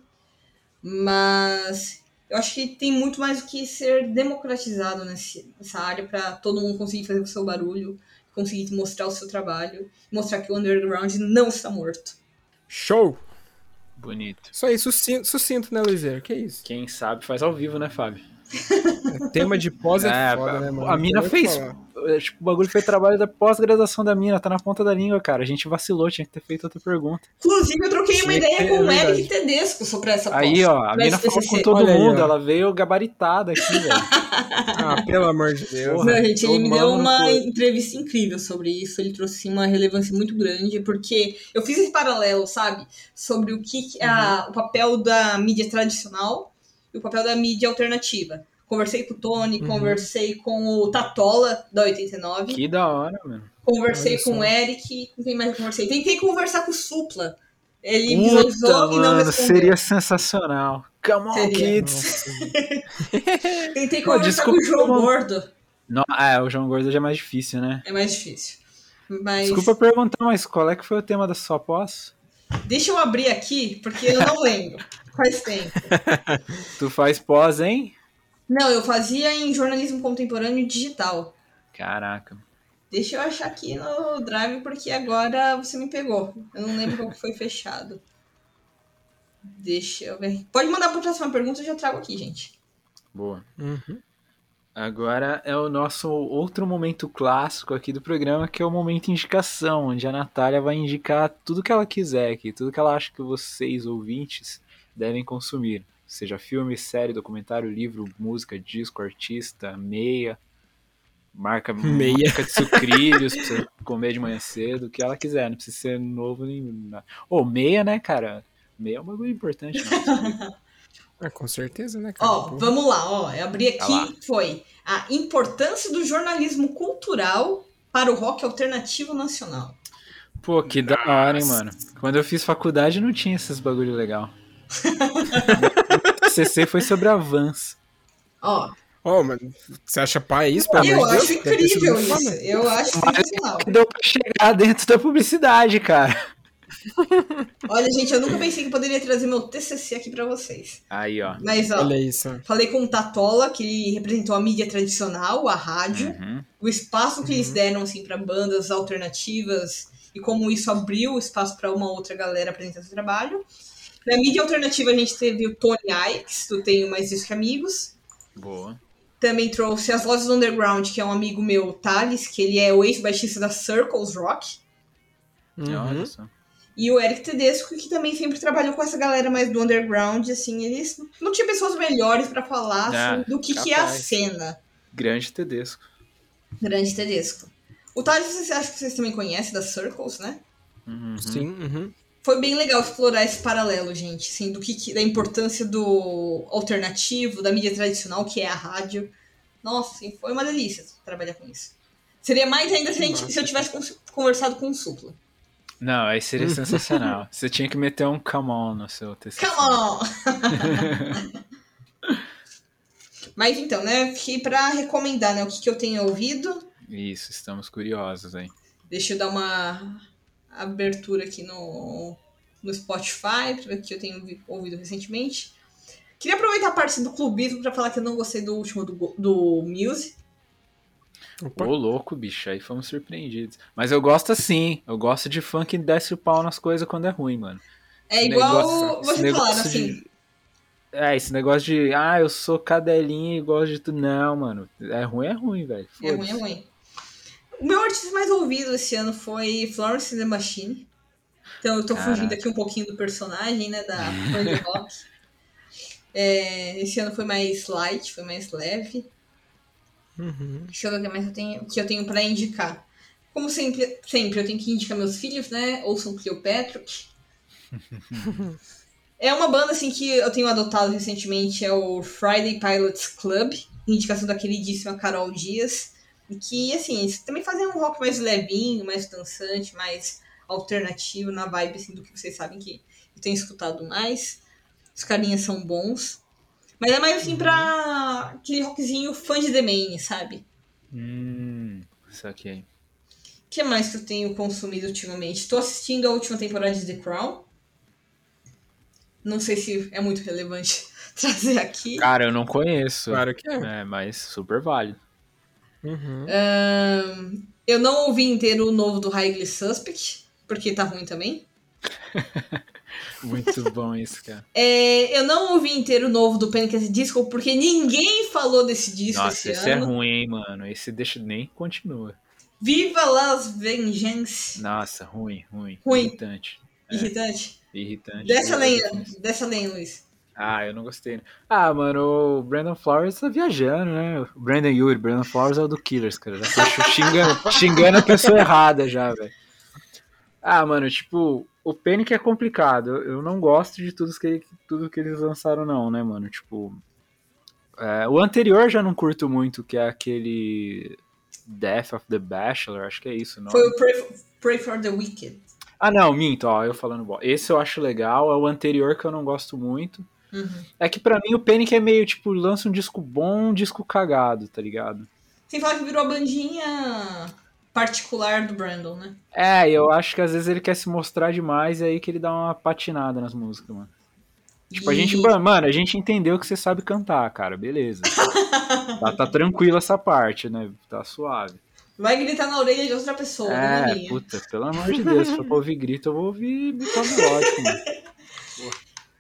S8: Mas eu acho que tem muito mais do que ser democratizado nessa área para todo mundo conseguir fazer o seu barulho, conseguir mostrar o seu trabalho, mostrar que o underground não está morto.
S2: Show!
S10: Bonito.
S2: Isso aí, sucinto, né, Luizer? Que isso?
S10: Quem sabe faz ao vivo, né, Fábio?
S2: Tema de pós foda, né, mano?
S10: A mina fez... Tipo, o bagulho foi trabalho da pós-graduação da mina, tá na ponta da língua, cara. A gente vacilou, tinha que ter feito outra pergunta.
S8: Inclusive, eu troquei uma ideia com o Eric Tedesco sobre essa pós.
S10: Aí, ó, a mina falou com todo mundo, ela veio gabaritada aqui, velho.
S2: Ah, pelo amor de Deus.
S8: Não, gente, ele me deu uma entrevista incrível sobre isso, ele trouxe assim, uma relevância muito grande, porque eu fiz esse paralelo, sabe, sobre o que o papel da mídia tradicional e o papel da mídia alternativa. Conversei com o Tony, conversei com o Tatola, da 89.
S10: Que da hora, mano.
S8: Conversei com o Eric, com quem mais eu conversei? Tentei conversar com o Supla. Ele visualizou e não respondeu.
S10: Seria sensacional. Come on, kids.
S8: Tentei conversar com o João Gordo.
S10: Não, o João Gordo já é mais difícil, né?
S8: É mais difícil. Mas...
S10: Desculpa perguntar, mas qual é que foi o tema da sua pós?
S8: Deixa eu abrir aqui, porque eu não lembro. Faz tempo.
S10: Tu faz pós, hein?
S8: Não, eu fazia em jornalismo contemporâneo digital.
S10: Caraca.
S8: Deixa eu achar aqui no Drive, porque agora você me pegou. Eu não lembro qual que foi fechado. Deixa eu ver. Pode mandar para a próxima pergunta, eu já trago aqui, gente.
S10: Boa. Agora é o nosso outro momento clássico aqui do programa, que é o momento indicação, onde a Natália vai indicar tudo que ela quiser aqui, tudo que ela acha que vocês, ouvintes, devem consumir. Seja filme, série, documentário, livro, música, disco, artista, meia, marca de sucrilhos pra você comer de manhã cedo, o que ela quiser, não precisa ser novo nem nada. Meia, né, cara? Meia é um bagulho importante, não.
S11: Com certeza, né, cara?
S8: Vamos lá, eu abri aqui, foi a importância do jornalismo cultural para o rock alternativo nacional.
S10: Pô, que da hora, hein, mano. Quando eu fiz faculdade não tinha esses bagulho legal. O CC foi sobre a Vans.
S11: Mano, você acha isso?
S8: Eu acho incrível isso. Eu acho sensacional.
S10: Deu pra chegar dentro da publicidade, cara.
S8: Olha, gente, eu nunca pensei que poderia trazer meu TCC aqui pra vocês.
S10: Aí, ó.
S8: Mas,
S11: olha isso.
S8: Falei com o Tatola, que ele representou a mídia tradicional, a rádio, o espaço que eles deram, assim, pra bandas alternativas e como isso abriu espaço pra uma outra galera apresentar seu trabalho. Na mídia alternativa, a gente teve o Tony Ikes, do Tenho Mais Isso Que Amigos.
S10: Boa.
S8: Também trouxe as Vozes do Underground, que é um amigo meu, Thales, que ele é o ex-baixista da Circles Rock.
S10: Olha só.
S8: E o Eric Tedesco, que também sempre trabalhou com essa galera mais do underground, assim, eles não tinham pessoas melhores pra falar assim, do que é a cena.
S10: Grande Tedesco.
S8: Grande Tedesco. O Thales, você acha que vocês também conhecem das Circles, né?
S11: Sim.
S8: Foi bem legal explorar esse paralelo, gente, assim, da importância do alternativo, da mídia tradicional, que é a rádio. Nossa, assim, foi uma delícia trabalhar com isso. Seria mais ainda se eu tivesse conversado com o Supla.
S10: Não, aí seria sensacional. Você tinha que meter um come on no seu TCC.
S8: Come on! Mas então, né, fiquei pra recomendar, né, o que eu tenho ouvido.
S10: Isso, estamos curiosos, hein?
S8: Deixa eu dar uma abertura aqui no Spotify, pra ver o que eu tenho ouvido recentemente. Queria aproveitar a parte do clubismo pra falar que eu não gostei do último do Muse.
S10: Ô, louco, bicho, aí fomos surpreendidos. Mas eu gosto assim, eu gosto de funk que desce o pau nas coisas quando é ruim, mano.
S8: É igual você falar assim.
S10: Esse negócio de, eu sou cadelinha e gosto de tudo. Não, mano, é ruim, velho.
S8: É ruim. O meu artista mais ouvido esse ano foi Florence and the Machine. Então eu tô fugindo aqui um pouquinho do personagem, né, da punk rock. Esse ano foi mais light, foi mais leve. Deixa eu ver o que mais eu tenho pra indicar. Como sempre eu tenho que indicar meus filhos, né? Ouçam Cleopatrick. É uma banda assim que eu tenho adotado recentemente, é o Friday Pilots Club, indicação da queridíssima Carol Dias. E que, assim, eles também fazem um rock mais levinho, mais dançante, mais alternativo, na vibe assim, do que vocês sabem que eu tenho escutado mais. Os carinhas são bons. Mas é mais assim pra aquele rockzinho fã de The Main, sabe?
S10: Isso aqui aí.
S8: O que mais que eu tenho consumido ultimamente? Tô assistindo a última temporada de The Crown. Não sei se é muito relevante trazer aqui.
S10: Cara, eu não conheço.
S11: Claro que é.
S10: Mas super válido.
S8: Eu não ouvi inteiro o novo do Highly Suspect, porque tá ruim também.
S10: Muito bom isso, cara.
S8: Eu não ouvi inteiro o novo do Panic! At the Disco, porque ninguém falou desse disco esse ano.
S10: Nossa, esse é ruim, hein, mano. Esse deixa nem continua.
S8: Viva Las Vengeance.
S10: Nossa, ruim. Irritante. Irritante.
S8: Desce a lenha, Luiz.
S10: Eu não gostei. Mano, o Brandon Flowers tá viajando, né? O Brandon Flowers é o do Killers, cara. Já tô xingando a pessoa errada já, velho. Mano, tipo, o Panic é complicado. Eu não gosto de tudo que eles lançaram, não, né, mano? Tipo, o anterior já não curto muito, que é aquele Death of the Bachelor, acho que é isso, não?
S8: Foi o Pray for the Wicked.
S10: Não, minto, eu falando bom. Esse eu acho legal, é o anterior que eu não gosto muito. É que pra mim o Panic é meio, tipo, lança um disco bom, um disco cagado, tá ligado?
S8: Sem falar que virou a bandinha particular do Brandon, né?
S10: Eu acho que às vezes ele quer se mostrar demais e aí que ele dá uma patinada nas músicas, mano. Tipo, a gente entendeu que você sabe cantar, cara, beleza. tá tranquilo essa parte, né? Tá suave.
S8: Vai gritar na orelha de outra pessoa, não na minha.
S10: Puta, pelo amor de Deus, se for pra ouvir grito, eu vou ouvir melódico, mano.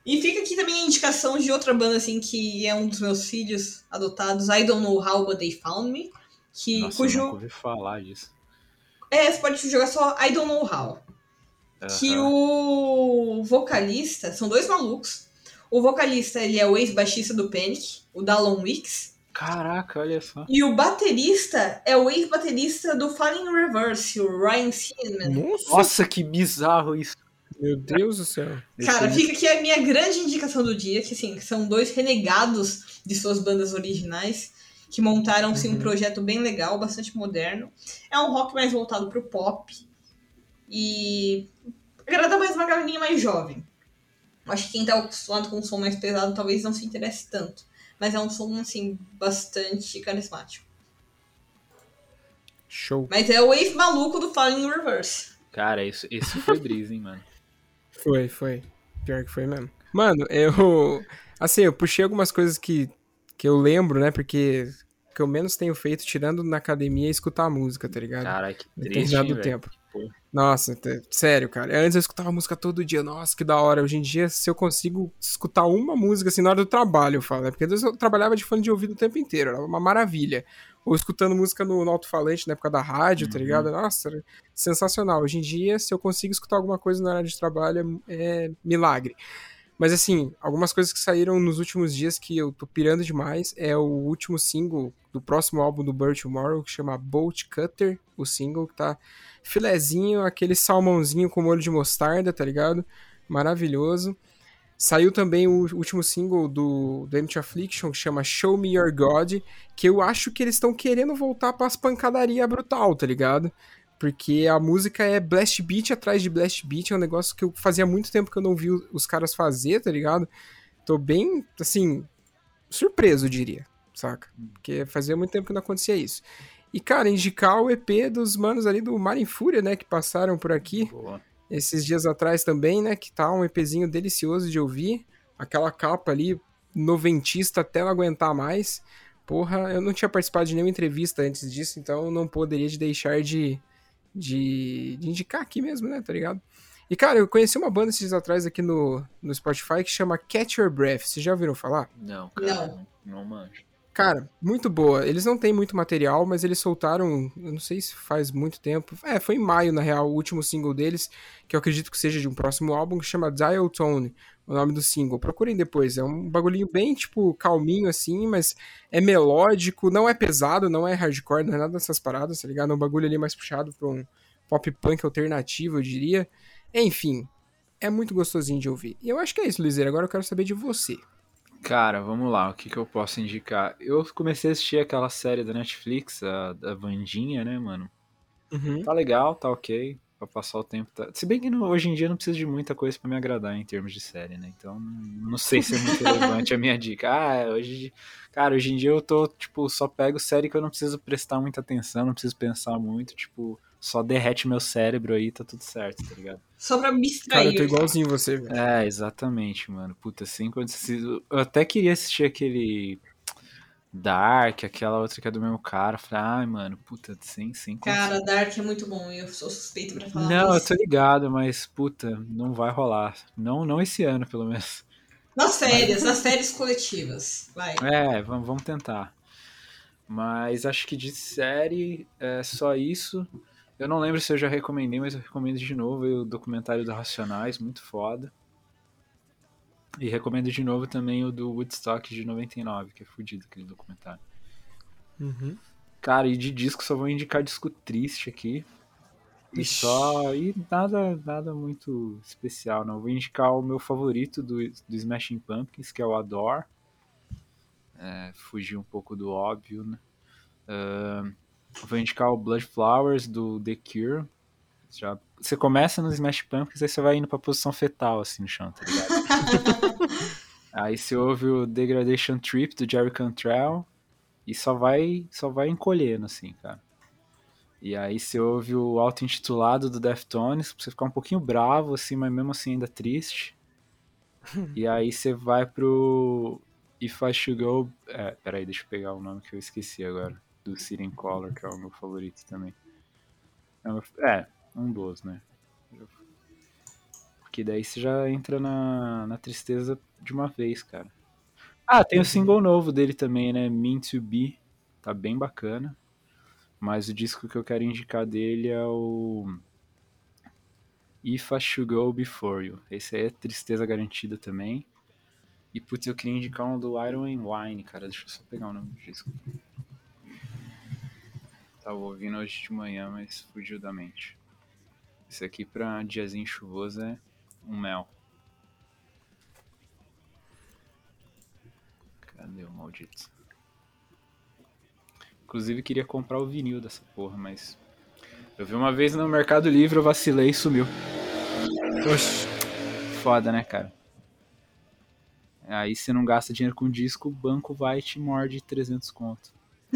S8: E fica aqui também a indicação de outra banda, assim, que é um dos meus filhos adotados, I Don't Know How, But They Found Me.
S10: Nossa, eu nunca ouvi falar disso.
S8: Você pode jogar só I Don't Know How. Que o vocalista, são dois malucos. O vocalista, ele é o ex-baixista do Panic, o Dallon Weeks.
S10: Caraca, olha só.
S8: E o baterista é o ex-baterista do Falling in Reverse, o Ryan Seaman.
S10: Nossa, que bizarro isso.
S11: Meu Deus do céu.
S8: Cara, fica aqui a minha grande indicação do dia, que assim, são dois renegados de suas bandas originais, que montaram assim, um projeto bem legal, bastante moderno. É um rock mais voltado pro pop e agrada mais uma galerinha mais jovem. Acho que quem tá acostumado com um som mais pesado talvez não se interesse tanto, mas é um som assim, bastante carismático.
S11: Show.
S8: Mas é o ex-maluco do Falling in Reverse.
S10: Cara, isso foi brisa, hein, mano.
S11: Foi. Pior que foi mesmo. Mano, eu puxei algumas coisas que eu lembro, né? Porque o que eu menos tenho feito, tirando na academia, é escutar música, tá ligado?
S10: Caralho, que triste, hein,
S11: tempo. Nossa, sério, cara. Antes eu escutava música todo dia. Nossa, que da hora. Hoje em dia, se eu consigo escutar uma música, assim, na hora do trabalho, eu falo, né? Porque às vezes eu trabalhava de fone de ouvido o tempo inteiro. Era uma maravilha. Ou escutando música no alto-falante, na época da rádio, tá ligado? Nossa, era sensacional. Hoje em dia, se eu consigo escutar alguma coisa na área de trabalho, é milagre. Mas, assim, algumas coisas que saíram nos últimos dias que eu tô pirando demais é o último single do próximo álbum do Bird Tomorrow, que chama Bolt Cutter, o single, que tá filezinho, aquele salmãozinho com molho de mostarda, tá ligado? Maravilhoso. Saiu também o último single do Empty Affliction, que chama Show Me Your God, que eu acho que eles estão querendo voltar pras pancadarias brutal, tá ligado? Porque a música é blast beat atrás de blast beat, é um negócio que eu fazia muito tempo que eu não vi os caras fazer, tá ligado? Tô bem, assim, surpreso, eu diria, saca? Porque fazia muito tempo que não acontecia isso. E, cara, indicar o EP dos manos ali do Mar em Fúria, né, que passaram por aqui.
S10: Boa.
S11: Esses dias atrás também, né, que tá um EPzinho delicioso de ouvir. Aquela capa ali, noventista até não aguentar mais. Porra, eu não tinha participado de nenhuma entrevista antes disso, então não poderia deixar de indicar aqui mesmo, né, tá ligado? E, cara, eu conheci uma banda esses dias atrás aqui no Spotify que chama Catch Your Breath. Vocês já ouviram falar?
S10: Não, cara, não manjo.
S11: Cara, muito boa. Eles não têm muito material, mas eles soltaram, eu não sei se faz muito tempo. Foi em maio, na real, o último single deles, que eu acredito que seja de um próximo álbum, que chama Dial Tone, o nome do single. Procurem depois. É um bagulhinho bem, tipo, calminho, assim, mas é melódico, não é pesado, não é hardcore, não é nada dessas paradas, tá ligado? É um bagulho ali mais puxado pra um pop punk alternativo, eu diria. Enfim, é muito gostosinho de ouvir. E eu acho que é isso, Luizeira. Agora eu quero saber de você.
S10: Cara, vamos lá, o que eu posso indicar? Eu comecei a assistir aquela série da Netflix, a Wandinha, né, mano? Tá legal, tá ok, pra passar o tempo. Tá... Se bem que hoje em dia não precisa de muita coisa pra me agradar em termos de série, né? Então, não sei se é muito relevante a minha dica. Hoje em dia eu tô, tipo, só pego série que eu não preciso prestar muita atenção, não preciso pensar muito, tipo... Só derrete meu cérebro aí, tá tudo certo, tá ligado?
S8: Só pra me distrair.
S11: Cara, eu tô igualzinho você, velho.
S10: Exatamente, mano. Puta, assim, quando eu até queria assistir aquele Dark, aquela outra que é do mesmo cara. Falei, mano, puta, sem
S8: Cara, Dark é muito bom, eu sou suspeito pra falar
S10: Não,
S8: disso.
S10: eu tô ligado, mas, puta, não vai rolar. Não esse ano, pelo menos.
S8: Nas férias coletivas, vai.
S10: Vamos tentar. Mas acho que de série é só isso. Eu não lembro se eu já recomendei, mas eu recomendo de novo o documentário do Racionais, muito foda. E recomendo de novo também o do Woodstock de 99, que é fudido aquele documentário. Cara, e de disco só vou indicar disco triste aqui. E nada muito especial, não. Vou indicar o meu favorito do Smashing Pumpkins, que é o Adore. Fugir um pouco do óbvio, né? Vou indicar o Blood Flowers do The Cure. Você começa no Smash Pumpkins, aí você vai indo pra posição fetal, assim, no chão, tá ligado? Aí você ouve o Degradation Trip do Jerry Cantrell e só vai encolhendo, assim, cara. E aí você ouve o auto-intitulado do Deftones, pra você ficar um pouquinho bravo, assim, mas mesmo assim ainda triste. E aí você vai pro If I Should Go... peraí, deixa eu pegar o nome que eu esqueci agora. Do Siren Color, que é o meu favorito também. Um dos, né? porque daí você já entra na tristeza de uma vez, cara. Ah, tem o single novo dele também, né? Meant to Be. Tá bem bacana. Mas o disco que eu quero indicar dele é o If I Should Go Before You. Esse aí é tristeza garantida também. E, putz, eu queria indicar um do Iron and Wine, cara. Deixa eu só pegar o nome do disco. Tava ouvindo hoje de manhã, mas fugiu da mente. Esse aqui pra diazinho chuvoso é um mel. Cadê o maldito? Inclusive queria comprar o vinil dessa porra, mas eu vi uma vez no Mercado Livre, eu vacilei e sumiu.
S11: Oxi.
S10: Foda, né, cara? Aí você não gasta dinheiro com disco, o banco vai e te morde 300 conto.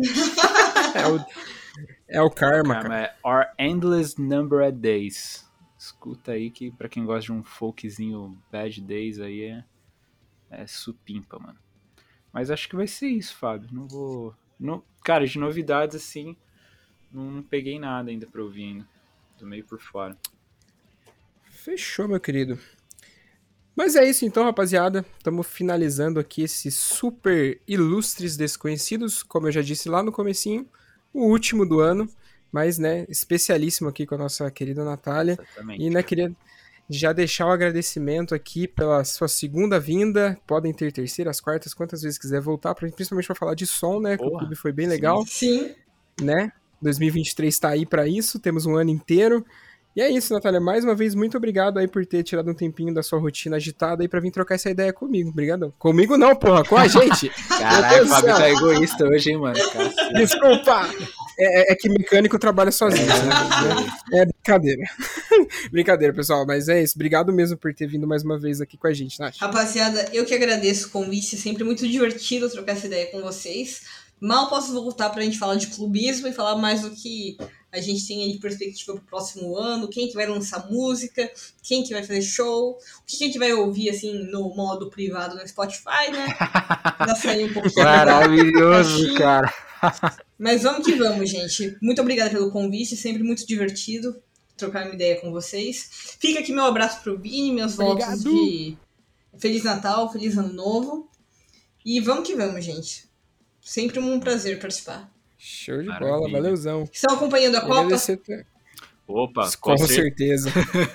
S11: É o karma, cara.
S10: É Our Endless Numbered Days. Escuta aí que pra quem gosta de um folkzinho Bad Days aí é supimpa, mano. Mas acho que vai ser isso, Fábio. Não vou... Cara, de novidades assim, não peguei nada ainda pra ouvir ainda. Tô meio por fora.
S11: Fechou, meu querido. Mas é isso então, rapaziada. Estamos finalizando aqui esses super ilustres desconhecidos. Como eu já disse lá no comecinho, o último do ano. Mas, né, especialíssimo aqui com a nossa querida Natália.
S10: Exatamente.
S11: E, né, queria já deixar o agradecimento aqui pela sua segunda vinda. Podem ter terceiras, quartas, quantas vezes quiser voltar, principalmente para falar de som, né? Que o clube foi bem legal.
S8: Sim.
S11: Né? 2023 tá aí para isso, temos um ano inteiro. E é isso, Natália. Mais uma vez, muito obrigado aí por ter tirado um tempinho da sua rotina agitada aí pra vir trocar essa ideia comigo. Obrigadão. Comigo não, porra, com a gente.
S10: Caralho, o Fábio tá egoísta hoje, hein, mano. Cacete.
S11: Desculpa. É que mecânico trabalha sozinho, né? É brincadeira. Brincadeira, pessoal. Mas é isso. Obrigado mesmo por ter vindo mais uma vez aqui com a gente, Nath.
S8: Rapaziada, eu que agradeço o convite. É sempre muito divertido trocar essa ideia com vocês. Mal posso voltar pra gente falar de clubismo e falar mais do que a gente tem aí de perspectiva pro próximo ano, quem que vai lançar música, quem que vai fazer show, o que a gente vai ouvir, assim, no modo privado no Spotify, né? Pra sair um pouquinho.
S10: Maravilhoso, cara.
S8: Mas vamos que vamos, gente. Muito obrigada pelo convite, sempre muito divertido trocar uma ideia com vocês. Fica aqui meu abraço pro Vini, meus votos de Feliz Natal, Feliz Ano Novo. E vamos que vamos, gente. Sempre um prazer participar.
S11: Show de bola, valeuzão.
S8: Estão acompanhando a Copa?
S10: Opa,
S11: com certeza.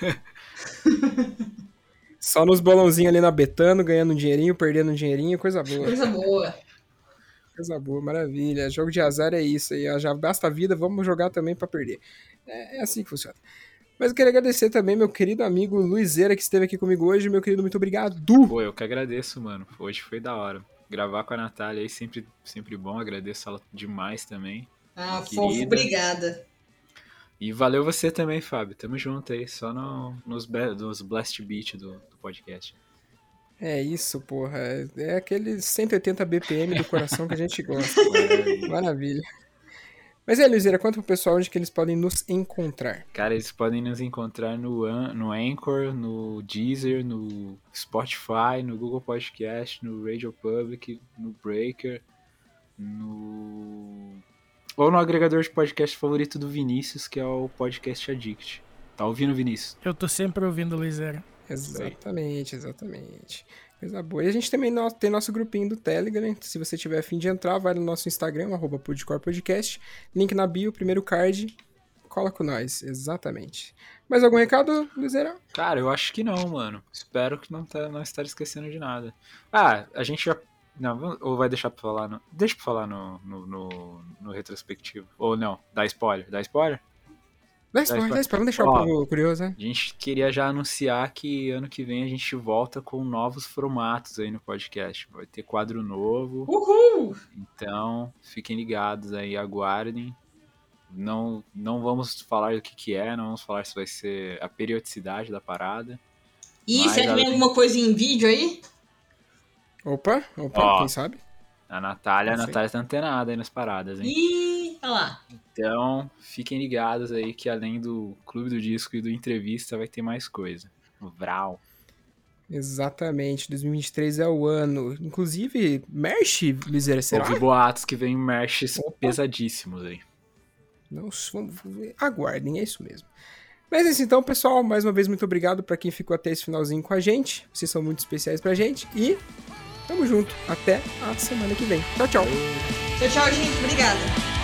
S11: Só nos bolãozinhos ali na Betano, ganhando um dinheirinho, perdendo um dinheirinho, coisa boa.
S8: Coisa boa.
S11: Coisa boa, maravilha. Jogo de azar é isso aí. Já basta a vida, vamos jogar também pra perder. É assim que funciona. Mas eu queria agradecer também meu querido amigo Luizeira, que esteve aqui comigo hoje. Meu querido, muito obrigado.
S10: Pô, eu que agradeço, mano. Hoje foi da hora. Gravar com a Natália aí sempre bom, agradeço ela demais também.
S8: Ah, fofo, obrigada.
S10: E valeu você também, Fábio, tamo junto aí, só nos Blast Beat do podcast.
S11: É isso, porra, é aquele 180 BPM do coração que a gente gosta. Maravilha. Mas Luizeira, conta pro pessoal onde que eles podem nos encontrar.
S10: Cara, eles podem nos encontrar no Anchor, no Deezer, no Spotify, no Google Podcast, no Radio Public, no Breaker, ou no agregador de podcast favorito do Vinícius, que é o Podcast Addict. Tá ouvindo, Vinícius?
S7: Eu tô sempre ouvindo, Luizeira.
S11: Exatamente. Coisa boa. E a gente também tem nosso grupinho do Telegram. Se você tiver a fim de entrar, vai no nosso Instagram, @PodcorPodcast. Link na bio, primeiro card. Cola com nós. Exatamente. Mais algum recado, Luizeira?
S10: Cara, eu acho que não, mano. Espero que não estar esquecendo de nada. Ah, a gente já... Não, ou vai deixar pra falar... Deixa pra falar no retrospectivo. Ou não, dá spoiler. Dá spoiler?
S11: Dá spoiler. Vamos deixar o povo curioso, né?
S10: A gente queria já anunciar que ano que vem a gente volta com novos formatos aí no podcast. Vai ter quadro novo.
S8: Uhul!
S10: Então, fiquem ligados aí, aguardem. Não vamos falar do que é, não vamos falar se vai ser a periodicidade da parada.
S8: E será que vem alguma coisa em vídeo aí?
S11: Opa, quem sabe?
S10: A Natália tá antenada aí nas paradas, hein?
S8: Ih, olha lá.
S10: Então, fiquem ligados aí que além do Clube do Disco e do Entrevista vai ter mais coisa. O Vral.
S11: Exatamente, 2023 é o ano. Inclusive, merch, Luizeira, será?
S10: Houve boatos que vem merches pesadíssimos aí.
S11: Não, aguardem, é isso mesmo. Mas é isso então, pessoal. Mais uma vez, muito obrigado pra quem ficou até esse finalzinho com a gente. Vocês são muito especiais pra gente. E tamo junto. Até a semana que vem. Tchau, tchau.
S8: Tchau, tchau, gente. Obrigada.